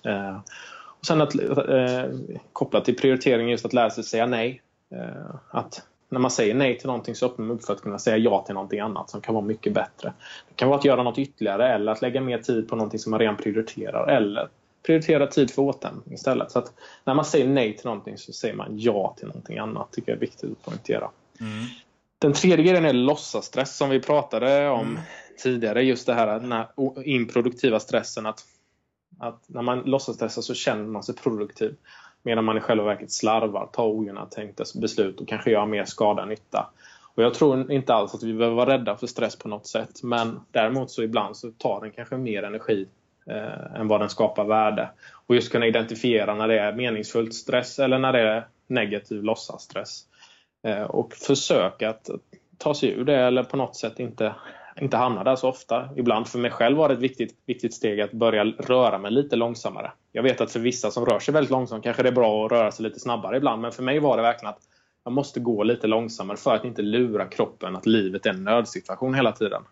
Och sen att eh, kopplat till prioritering, just att lära sig säga nej. Eh, att när man säger nej till någonting så öppnar man upp för att kunna säga ja till någonting annat som kan vara mycket bättre. Det kan vara att göra något ytterligare eller att lägga mer tid på någonting som man redan prioriterar, eller prioritera tid för återhämtning istället. Så att när man säger nej till någonting så säger man ja till någonting annat, tycker jag är viktigt att poängtera. Mm. Den tredje grejen är låtsasstress som vi pratade om mm. tidigare. Just det här, den här improduktiva stressen. Att, att när man låtsasstressar så känner man sig produktiv. Medan man i själva verket slarvar, tar ogenomtänkta beslut och kanske gör mer skada än nytta. Och jag tror inte alls att vi behöver vara rädda för stress på något sätt. Men däremot så ibland så tar den kanske mer energi Eh, än vad den skapar värde. Och just kunna identifiera när det är meningsfullt stress eller när det är negativ låtsasstress. Eh, och försöka att ta sig ur det eller på något sätt inte, inte hamna där så ofta. Ibland för mig själv var det ett viktigt, viktigt steg att börja röra mig lite långsammare. Jag vet att för vissa som rör sig väldigt långsamt kanske det är bra att röra sig lite snabbare ibland. Men för mig var det verkligen att jag måste gå lite långsammare för att inte lura kroppen att livet är en nödsituation hela tiden.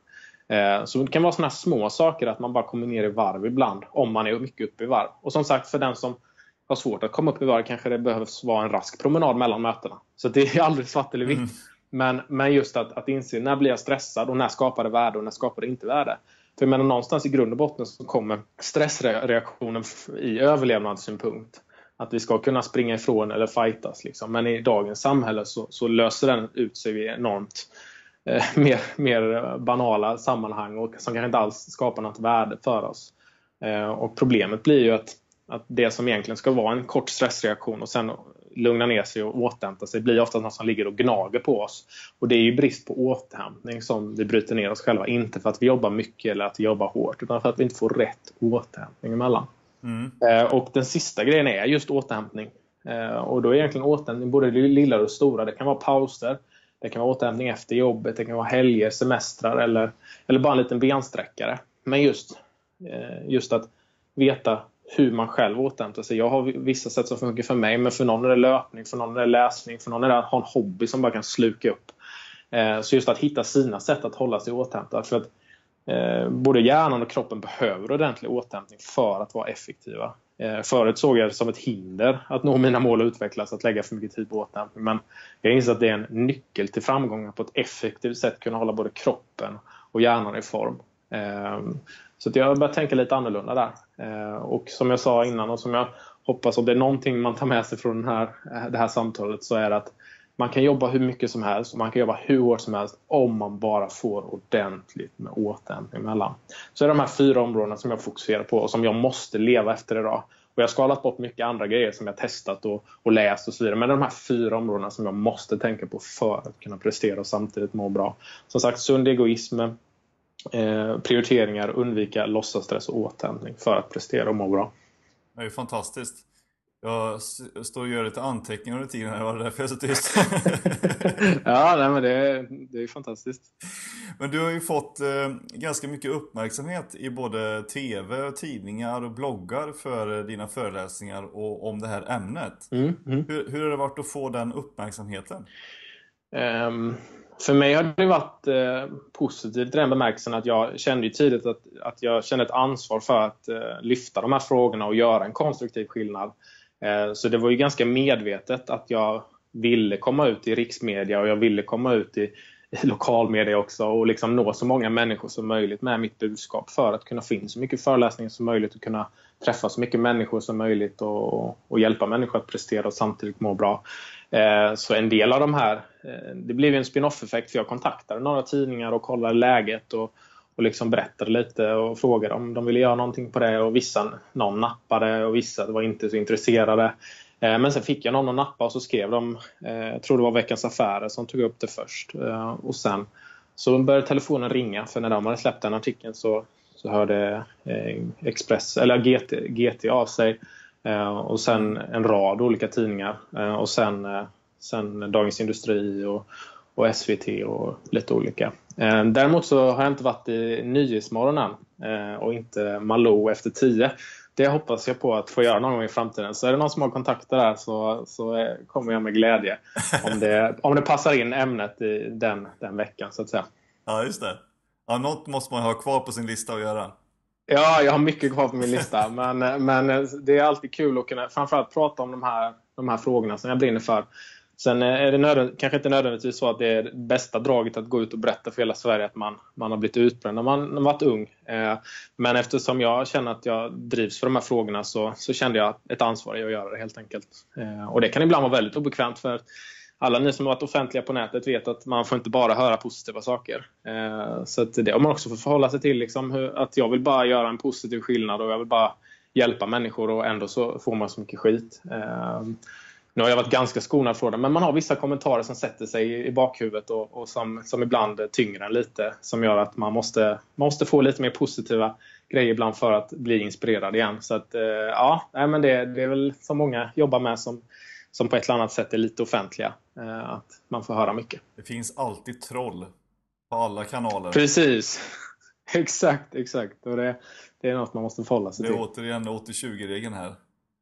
Så det kan vara såna små saker att man bara kommer ner i varv ibland om man är mycket uppe i varv. Och som sagt, för den som har svårt att komma upp i varv kanske det behövs vara en rask promenad mellan mötena. Så det är aldrig svart eller vitt. Mm. Men, men just att, att inse när blir jag stressad och när skapar det värde och när skapar det inte värde. För jag menar, någonstans i grund och botten så kommer stressreaktionen i överlevnadssynpunkt. Att vi ska kunna springa ifrån eller fightas. Liksom. Men i dagens samhälle så, så löser den ut sig i enormt eh, mer, mer banala sammanhang och som kanske inte alls skapar något värde för oss. Eh, och problemet blir ju att, att det som egentligen ska vara en kort stressreaktion och sen lugna ner sig och återhämta sig blir ofta något som ligger och gnager på oss. Och det är ju brist på återhämtning som vi bryter ner oss själva. Inte för att vi jobbar mycket eller att vi jobbar hårt utan för att vi inte får rätt återhämtning emellan. Mm. Eh, och den sista grejen är just återhämtning. Eh, och då är egentligen återhämtning både det lilla och det stora. Det kan vara pauser, det kan vara återhämtning efter jobbet, det kan vara helger, semestrar eller, eller bara en liten bensträckare. Men just, eh, just att veta hur man själv återhämtar sig. Jag har vissa sätt som funkar för mig, men för någon är det löpning, för någon är det läsning, för någon är det att ha en hobby som bara kan sluka upp. Eh, så just att hitta sina sätt att hålla sig återhämtad. För att eh, både hjärnan och kroppen behöver ordentlig återhämtning för att vara effektiva. Eh, förut såg jag det som ett hinder att nå mina mål och utvecklas, att lägga för mycket tid på återhämtning. Men jag inser att det är en nyckel till framgång att på ett effektivt sätt kunna hålla både kroppen och hjärnan i form. Eh, så att jag börjar tänka lite annorlunda där. Eh, och som jag sa innan och som jag hoppas, om det är någonting man tar med sig från den här, det här samtalet, så är det att man kan jobba hur mycket som helst och man kan jobba hur hårt som helst om man bara får ordentligt med återhämtning emellan. Så är det de här fyra områdena som jag fokuserar på och som jag måste leva efter idag. Och jag har skalat bort mycket andra grejer som jag testat och, och läst och så vidare. Men det är de här fyra områdena som jag måste tänka på för att kunna prestera och samtidigt må bra. Som sagt, sund egoism, eh, prioriteringar, undvika låtsasstress och återhämtning för att prestera och må bra. Det är ju fantastiskt. Jag står och gör lite anteckningar under tiden här, var det därför jag är så tyst. Ja, nej, men det är, det är fantastiskt. Men du har ju fått eh, ganska mycket uppmärksamhet i både tv, tidningar och bloggar för dina föreläsningar och om det här ämnet. Mm, mm. Hur, hur har det varit att få den uppmärksamheten? Um, för mig har det varit eh, positivt i den bemärkelsen att jag kände ju tidigt att, att jag kände ett ansvar för att eh, lyfta de här frågorna och göra en konstruktiv skillnad. Så det var ju ganska medvetet att jag ville komma ut i riksmedia och jag ville komma ut i, i lokalmedia också och liksom nå så många människor som möjligt med mitt budskap för att kunna få in så mycket föreläsningar som möjligt och kunna träffa så mycket människor som möjligt och, och hjälpa människor att prestera och samtidigt må bra. Så en del av de här, det blev en spin-off-effekt för jag kontaktade några tidningar och kollade läget och Och liksom berättade lite och frågade om de ville göra någonting på det. Och vissa, någon nappade och vissa var inte så intresserade. Eh, men sen fick jag någon att nappa och så skrev de, eh, jag tror det var Veckans Affärer som tog upp det först. Eh, och sen så började telefonen ringa, för när de hade släppt den artikeln så, så hörde eh, Express, eller G T, G T av sig. Eh, och sen en rad olika tidningar. Eh, och sen, eh, sen Dagens Industri och och S V T och lite olika. Eh, däremot så har jag inte varit i Nyhetsmorgon än eh, och inte Malou efter tio. Det hoppas jag på att få göra någon gång i framtiden. Så är det någon som har kontakter där så, så eh, kommer jag med glädje om det, om det passar in ämnet i den, den veckan så att säga. Ja, just det. Ja, något måste man ha kvar på sin lista att göra. Ja, jag har mycket kvar på min lista. men, men det är alltid kul att kunna framförallt prata om de här, de här frågorna som jag brinner för. Sen är det nödvänd- kanske inte nödvändigtvis så att det är det bästa draget att gå ut och berätta för hela Sverige att man, man har blivit utbränd när man har varit ung. Eh, men eftersom jag känner att jag drivs för de här frågorna så, så kände jag ett ansvar i att göra det helt enkelt. Eh, och det kan ibland vara väldigt obekvämt för alla ni som har varit offentliga på nätet vet att man får inte bara höra positiva saker. Eh, så att det har man också fått förhålla sig till liksom, hur, att jag vill bara göra en positiv skillnad och jag vill bara hjälpa människor och ändå så får man så mycket skit. Eh, Nu har jag varit ganska skonad från det, men man har vissa kommentarer som sätter sig i bakhuvudet och, och som, som ibland tynger en lite. Som gör att man måste, man måste få lite mer positiva grejer ibland för att bli inspirerad igen. Så att eh, ja, nej, men det, det är väl som många jobbar med som, som på ett eller annat sätt är lite offentliga. Eh, att man får höra mycket. Det finns alltid troll på alla kanaler. Precis, exakt, exakt. Och det, det är något man måste förhålla sig till. Det är återigen åttio tjugo-regeln här.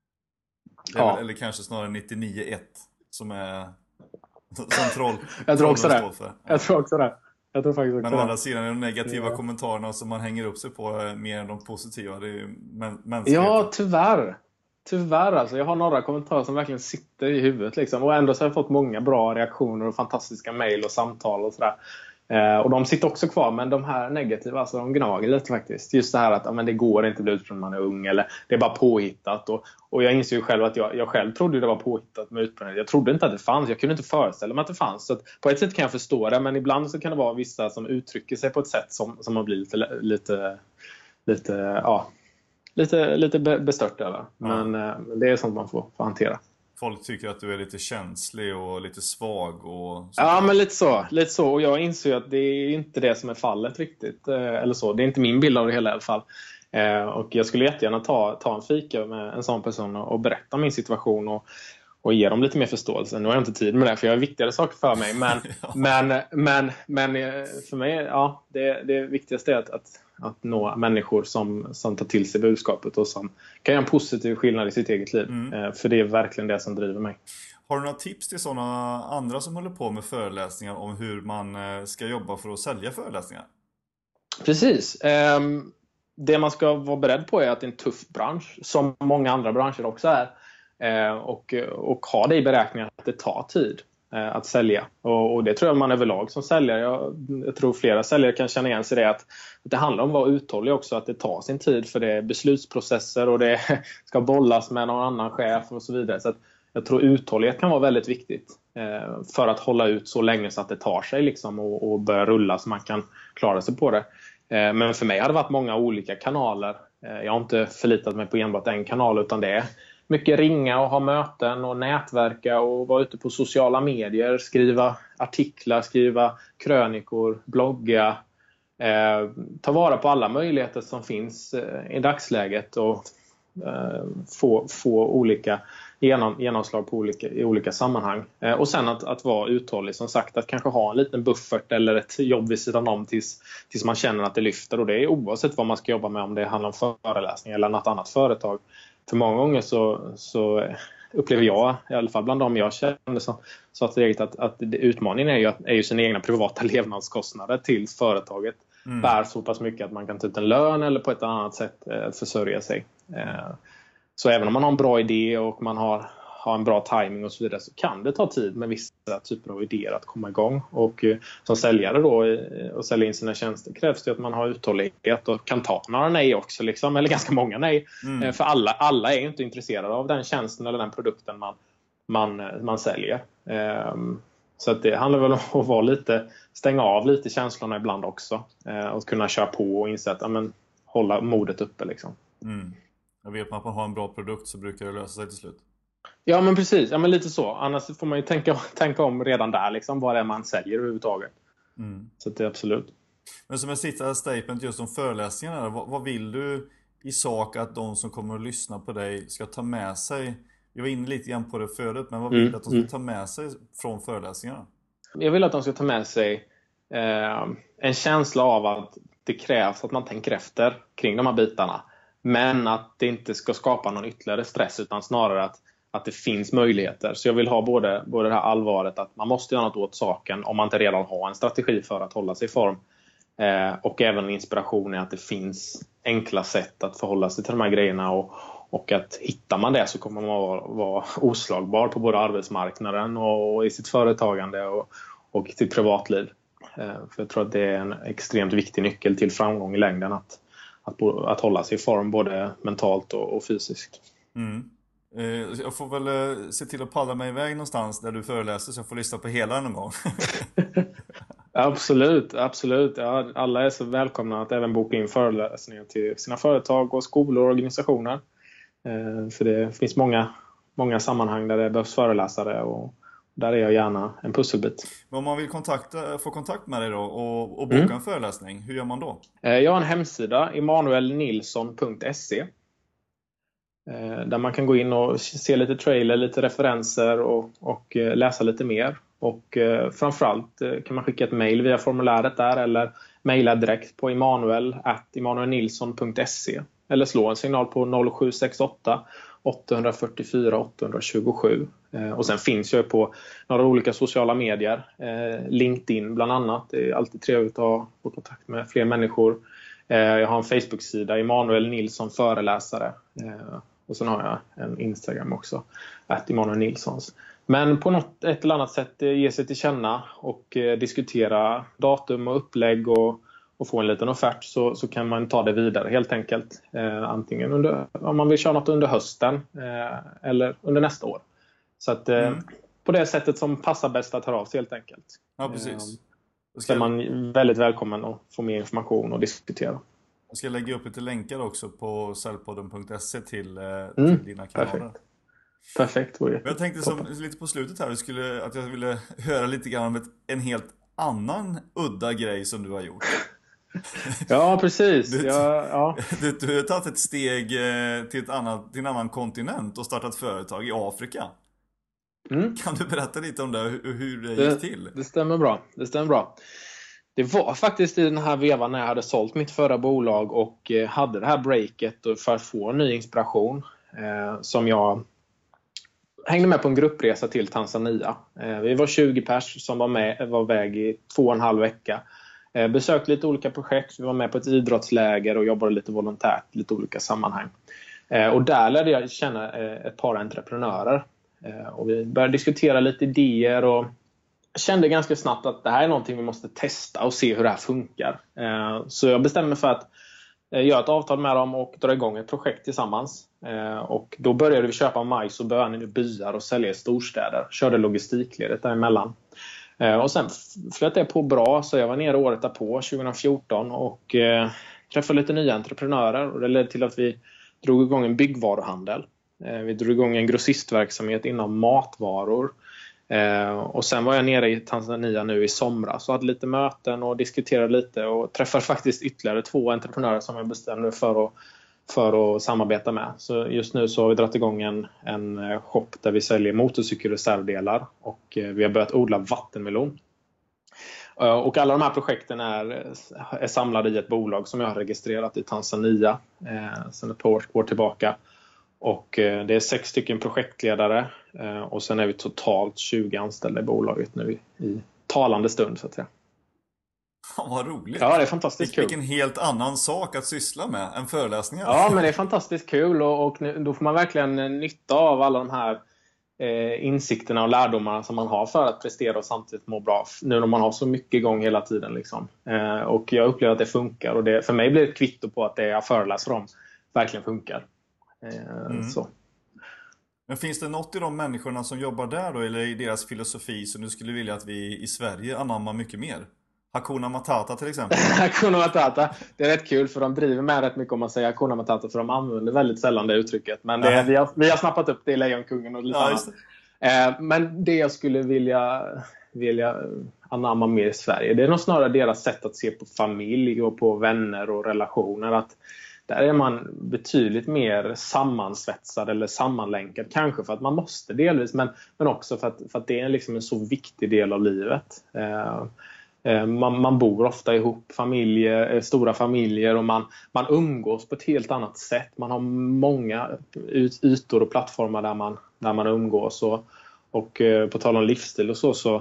Ja. Eller, eller kanske snarare nittionio ett som är som troll. Jag tror också det. Ja. Jag tror också det. Jag tror faktiskt också Men det. å andra sidan är de negativa ja. kommentarerna som man hänger upp sig på mer än de positiva. Det är ju mä- Ja, tyvärr. tyvärr alltså. Jag har några kommentarer som verkligen sitter i huvudet liksom. Och ändå så har jag fått många bra reaktioner och fantastiska mejl och samtal och sådär. Eh, och de sitter också kvar, men de här negativa, alltså de gnager lite faktiskt. Just det här att ja, men det går inte att bli utbränd när man är ung, eller det är bara påhittat. Och, och jag inser ju själv att jag, jag själv trodde det var påhittat med utbrändhet. Jag trodde inte att det fanns, jag kunde inte föreställa mig att det fanns. Så att på ett sätt kan jag förstå det, men ibland så kan det vara vissa som uttrycker sig på ett sätt som, som man blir lite, lite, lite, ja, lite, lite bestört över. Men ja. eh, det är sånt man får, får hantera. Folk tycker att du är lite känslig och lite svag och så. Ja, men lite så, lite så. Och jag inser ju att det är inte det som är fallet riktigt. Eller så. Det är inte min bild av det hela i alla fall. Och jag skulle jättegärna ta, ta en fika med en sån person och berätta min situation och, och ge dem lite mer förståelse. Nu har jag inte tid med det, för jag har viktigare saker för mig. Men, ja. men, men, men för mig, ja, det, det viktigaste är att, att, att nå människor som, som tar till sig budskapet och som kan göra en positiv skillnad i sitt eget liv. Mm. För det är verkligen det som driver mig. Har du några tips till sådana andra som håller på med föreläsningar om hur man ska jobba för att sälja föreläsningar? Precis. Det man ska vara beredd på är att det är en tuff bransch, som många andra branscher också är. Och, och ha det i beräkningen att det tar tid att sälja. Och, och det tror jag man överlag som säljare. Jag, jag tror flera säljare kan känna igen sig det, att, att det handlar om att vara uthållig också. Att det tar sin tid, för det är beslutsprocesser och det ska bollas med någon annan chef och så vidare. Så att jag tror uthållighet kan vara väldigt viktigt eh, för att hålla ut så länge så att det tar sig liksom, och, och börja rulla så man kan klara sig på det. Eh, men för mig har det varit många olika kanaler. Eh, jag har inte förlitat mig på enbart en kanal, utan det är mycket ringa och ha möten och nätverka och vara ute på sociala medier, skriva artiklar, skriva krönikor, blogga. Eh, ta vara på alla möjligheter som finns eh, i dagsläget och eh, få, få olika genom, genomslag på olika, i olika sammanhang. Eh, och sen att, att vara uthållig, som sagt, att kanske ha en liten buffert eller ett jobb vid sidan om tills, tills man känner att det lyfter. Och det är oavsett vad man ska jobba med, om det handlar om föreläsning eller något annat företag. För många gånger så, så upplever jag, i alla fall bland dem jag känner så, så att, det, att, att utmaningen är ju, att, är ju sina egna privata levnadskostnader till företaget. Mm. Bär så pass mycket att man kan ta ut en lön eller på ett annat sätt eh, försörja sig. Eh, så även om man har en bra idé och man har, har en bra timing och så vidare, så kan det ta tid med vissa typer av idéer att komma igång. Och eh, som säljare då eh, och sälja in sina tjänster krävs det att man har uthållighet och kan ta några nej också liksom, eller ganska många nej. Mm. Eh, för alla, alla är ju inte intresserade av den tjänsten eller den produkten man, man, man säljer. Eh, Så att det handlar väl om att vara lite, stänga av lite känslorna ibland också. Eh, och kunna köra på och inse att ja, men, hålla modet uppe liksom. Mm. Jag vet att man har en bra produkt så brukar det lösa sig till slut. Ja men precis, ja, men lite så. Annars får man ju tänka, tänka om redan där liksom, vad det är man säljer överhuvudtaget. Mm. Så det är absolut. Men som en sista statement just om föreläsningarna, vad, vad vill du i sak att de som kommer att lyssna på dig ska ta med sig? Jag var inne lite grann på det förut, men vad vill du mm, att de ska mm. ta med sig från föreläsningarna? Jag vill att de ska ta med sig eh, en känsla av att det krävs att man tänker efter kring de här bitarna. Men att det inte ska skapa någon ytterligare stress, utan snarare att, att det finns möjligheter. Så jag vill ha både, både det här allvaret att man måste göra något åt saken om man inte redan har en strategi för att hålla sig i form. Eh, och även inspiration i att det finns enkla sätt att förhålla sig till de här grejerna. Och, och att hittar man det så kommer man vara, vara oslagbar på både arbetsmarknaden och, och i sitt företagande och, och i sitt privatliv. Eh, för jag tror att det är en extremt viktig nyckel till framgång i längden att, att, att hålla sig i form både mentalt och, och fysiskt. Mm. Eh, jag får väl eh, se till att paddla mig iväg någonstans där du föreläser så jag får lyssna på hela någon gång. Absolut, absolut. Ja, alla är så välkomna att även boka in föreläsningar till sina företag och skolor och organisationer. Eh, för det finns många, många sammanhang där det behövs föreläsare och där är jag gärna en pusselbit. Men om man vill kontakta, få kontakt med dig då och, och boka mm. en föreläsning, hur gör man då? Eh, jag har en hemsida, emanuel nilsson punkt se. Eh, där man kan gå in och se lite trailer, lite referenser och, och eh, läsa lite mer. Och eh, framförallt eh, kan man skicka ett mejl via formuläret där eller mejla direkt på emanuel at emanuelnilsson punkt se eller slå en signal på noll sju sex åtta åtta fyra fyra åtta två sju. Eh, och sen finns jag på några olika sociala medier, eh, LinkedIn bland annat. Det är alltid trevligt att få kontakt med fler människor. Eh, jag har en Facebook-sida, Emanuel Nilsson föreläsare. Eh, Och sen har jag en Instagram också, at Emanuel Nilssons. Men på något ett eller annat sätt ge sig till känna och eh, diskutera datum och upplägg och, och få en liten offert, så, så kan man ta det vidare helt enkelt. Eh, antingen under, om man vill köra något under hösten eh, eller under nästa år. Så att eh, mm. på det sättet som passar bäst att höra av sig helt enkelt. Ja, precis. Eh, så är man väldigt välkommen att få mer information och diskutera. Jag ska lägga upp lite länkar också på säljpodden punkt se till, eh, till mm, dina kanaler. Perfekt. Perfekt. Jag tänkte som, lite på slutet här skulle, att jag ville höra lite grann om ett, en helt annan udda grej som du har gjort. Ja, precis. Du, ja, ja. Du, du har tagit ett steg till, ett annat, till en annan kontinent och startat företag i Afrika. Mm. Kan du berätta lite om det, hur, hur det, det gick till? Det stämmer bra. Det stämmer bra. Det var faktiskt i den här vevan när jag hade sålt mitt förra bolag och hade det här breaket för att få en ny inspiration eh, som jag hängde med på en gruppresa till Tanzania. Eh, vi var tjugo pers som var med var väg i två och en halv vecka. Eh, besökte lite olika projekt. Vi var med på ett idrottsläger och jobbade lite volontärt i lite olika sammanhang. Eh, och där lärde jag känna eh, ett par entreprenörer. Eh, och vi började diskutera lite idéer och kände ganska snabbt att det här är någonting vi måste testa och se hur det här funkar. Eh, så jag bestämde mig för att eh, göra ett avtal med dem och dra igång ett projekt tillsammans. Eh, och då började vi köpa majs och bönor i byar och sälja i storstäder. Körde logistikledet däremellan. Eh, och sen flöt det på bra, så jag var nere året därpå, tjugo fjorton, och eh, träffade lite nya entreprenörer. Och det ledde till att vi drog igång en byggvaruhandel. Eh, vi drog igång en grossistverksamhet inom matvaror. Eh, och sen var jag nere i Tanzania nu i somras och hade lite möten och diskuterade lite och träffade faktiskt ytterligare två entreprenörer som jag bestämde för att, för att samarbeta med. Så just nu så har vi dragit igång en, en shop där vi säljer motorcykelreservdelar och eh, vi har börjat odla vattenmelon. Eh, och alla de här projekten är, är samlade i ett bolag som jag har registrerat i Tanzania eh, sedan ett par år tillbaka. Och det är sex stycken projektledare och sen är vi totalt tjugo anställda i bolaget nu i talande stund så att säga. Ja, vad roligt. Ja, det är fantastiskt kul. Vilken helt annan sak att syssla med än föreläsningar. Ja, men det är fantastiskt kul och, och då får man verkligen nytta av alla de här eh, insikterna och lärdomarna som man har för att prestera och samtidigt må bra. Nu när man har så mycket igång hela tiden liksom. Eh, och jag upplever att det funkar och det, för mig blir det ett kvitto på att det jag föreläser om verkligen funkar. Mm. Så. Men finns det något i de människorna som jobbar där då, eller i deras filosofi som du skulle vilja att vi i Sverige anammar mycket mer? Hakuna Matata till exempel. Hakuna Matata, det är rätt kul för de driver med rätt mycket om man säger Hakuna Matata, för de använder väldigt sällan det uttrycket. Men det, vi, har, vi har snappat upp det i Lejonkungen och lite ja, annat. Eh, men det jag skulle vilja, vilja anamma mer i Sverige, det är nog snarare deras sätt att se på familj och på vänner och relationer. Att där är man betydligt mer sammansvetsad eller sammanlänkad. Kanske för att man måste delvis. Men, men också för att, för att det är liksom en så viktig del av livet. Eh, eh, man, man bor ofta ihop. Familjer, stora familjer. Och man, man umgås på ett helt annat sätt. Man har många ut, ytor och plattformar där man, där man umgås. Och, och eh, på tal om livsstil och så så.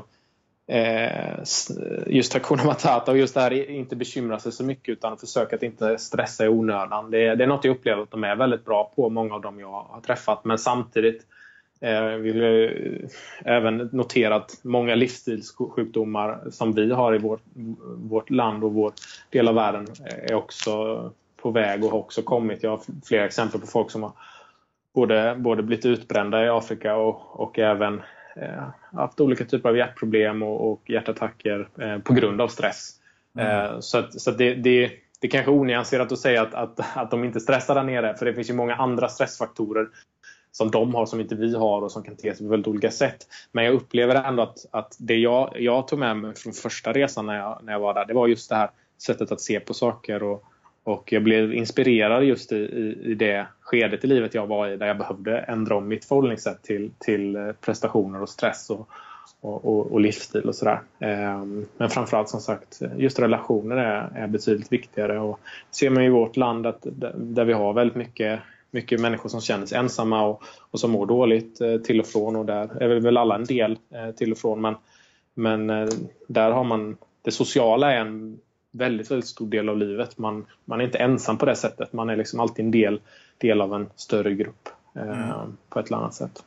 Just Hakuna Matata och just det här inte bekymra sig så mycket utan försöka att inte stressa i onödan. Det är, det är något jag upplever att de är väldigt bra på, många av dem jag har träffat. Men samtidigt eh, vill jag även notera att många livsstilssjukdomar som vi har i vårt, vårt land och vår del av världen är också på väg och har också kommit. Jag har flera exempel på folk som har både, både blivit utbrända i Afrika och, och även Eh, haft olika typer av hjärtproblem och, och hjärtattacker eh, på grund av stress. Mm. Eh, så att, så att det, det, det är kanske onyanserat att säga att, att, att de inte stressar där nere. För det finns ju många andra stressfaktorer som de har som inte vi har och som kan te sig på väldigt olika sätt. Men jag upplever ändå att, att det jag, jag tog med mig från första resan när jag, när jag var där, det var just det här sättet att se på saker. Och, och jag blev inspirerad just i, i, i det skedet i livet jag var i, där jag behövde ändra om mitt förhållningssätt till, till prestationer och stress och, och, och, och livsstil och sådär. Men framförallt som sagt, just relationer är, är betydligt viktigare. Och ser man i vårt land att, där vi har väldigt mycket, mycket människor som känner sig ensamma och, och som mår dåligt till och från. Och där är vi väl alla en del till och från. Men, men där har man, det sociala är en väldigt, väldigt stor del av livet. Man, man är inte ensam på det sättet. Man är liksom alltid en del, del av en större grupp. eh, mm. på ett eller annat sätt.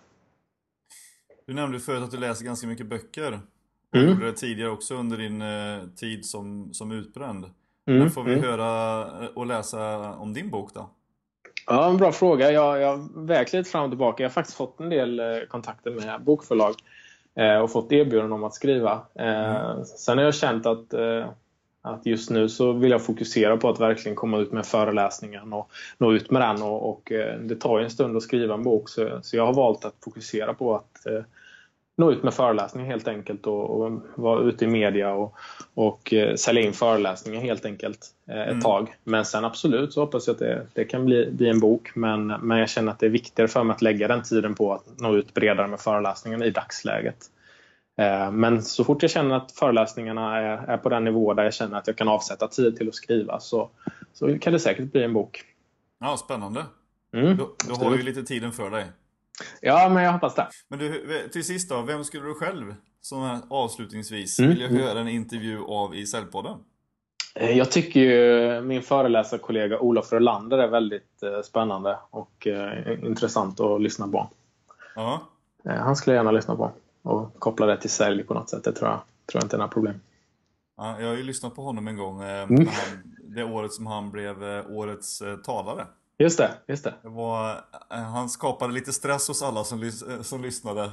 Du nämnde förut att du läser ganska mycket böcker. Mm. Du gjorde det tidigare också under din eh, tid som, som utbränd. Mm. När får vi mm. höra och läsa om din bok då? Ja, en bra fråga. Jag, jag har vägt lite fram och tillbaka. Jag har faktiskt fått en del eh, kontakter med bokförlag eh, och fått erbjudanden om att skriva. Eh, mm. Sen har jag känt att, eh, att just nu så vill jag fokusera på att verkligen komma ut med föreläsningen och nå ut med den. Och, och eh, det tar ju en stund att skriva en bok, så, så jag har valt att fokusera på att eh, nå ut med föreläsningar helt enkelt och, och vara ute i media och, och eh, sälja in föreläsningar helt enkelt eh, ett mm. tag. Men sen absolut så hoppas jag att det, det kan bli, bli en bok, men, men jag känner att det är viktigare för mig att lägga den tiden på att nå ut bredare med föreläsningarna i dagsläget. Eh, men så fort jag känner att föreläsningarna är, är på den nivå där jag känner att jag kan avsätta tid till att skriva, så, så kan det säkert bli en bok. Ja, spännande. Mm, då, då har ju lite tiden för dig. Ja, men jag hoppas det. Men du, till sist då, vem skulle du själv som här avslutningsvis mm. vilja höra en intervju av i Säljpodden? Jag tycker ju min föreläsarkollega Olof Rolander är väldigt eh, spännande och eh, intressant att lyssna på. Ja. Eh, han skulle jag gärna lyssna på och koppla det till sälj på något sätt. Det tror jag, tror jag inte är några problem. Ja, jag har ju lyssnat på honom en gång. Eh, mm. han, det året som han blev eh, årets eh, talare. Just det, just det. det var, han skapade lite stress hos alla som, lys- som lyssnade.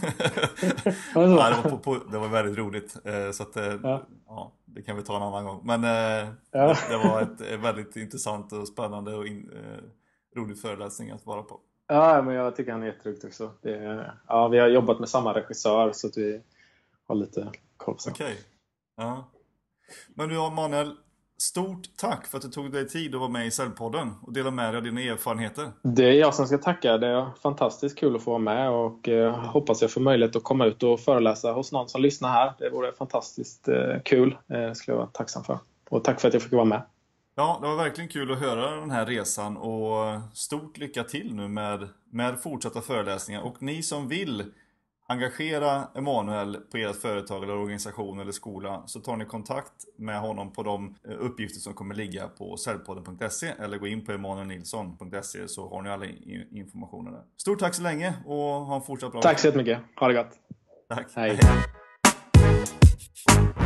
ja, det, var på, på, det var väldigt roligt. Så att, ja. Ja, det kan vi ta en annan gång. Men ja. det, det var ett väldigt intressant och spännande och in, rolig föreläsning att vara på. Ja, men jag tycker han är jätteduktig också. Det är, ja, vi har jobbat med samma regissör så att vi har lite koll på. Okej. Ja. Men du, Manuel, stort tack för att du tog dig tid att vara med i Säljpodden och dela med dig av dina erfarenheter. Det är jag som ska tacka. Det är fantastiskt kul att få vara med och eh, hoppas jag får möjlighet att komma ut och föreläsa hos någon som lyssnar här. Det vore fantastiskt eh, kul. Det skulle jag vara tacksam för. Och tack för att jag fick vara med. Ja, det var verkligen kul att höra den här resan och stort lycka till nu med, med fortsatta föreläsningar. Och ni som vill engagera Emanuel på ert företag eller organisation eller skola, så tar ni kontakt med honom på de uppgifter som kommer ligga på säljpodden punkt se eller gå in på emanuel nilsson punkt se, så har ni alla informationer där. Stort tack så länge och ha en fortsatt bra Tack så jättemycket. Ha det gott. Tack. Hej. Hej.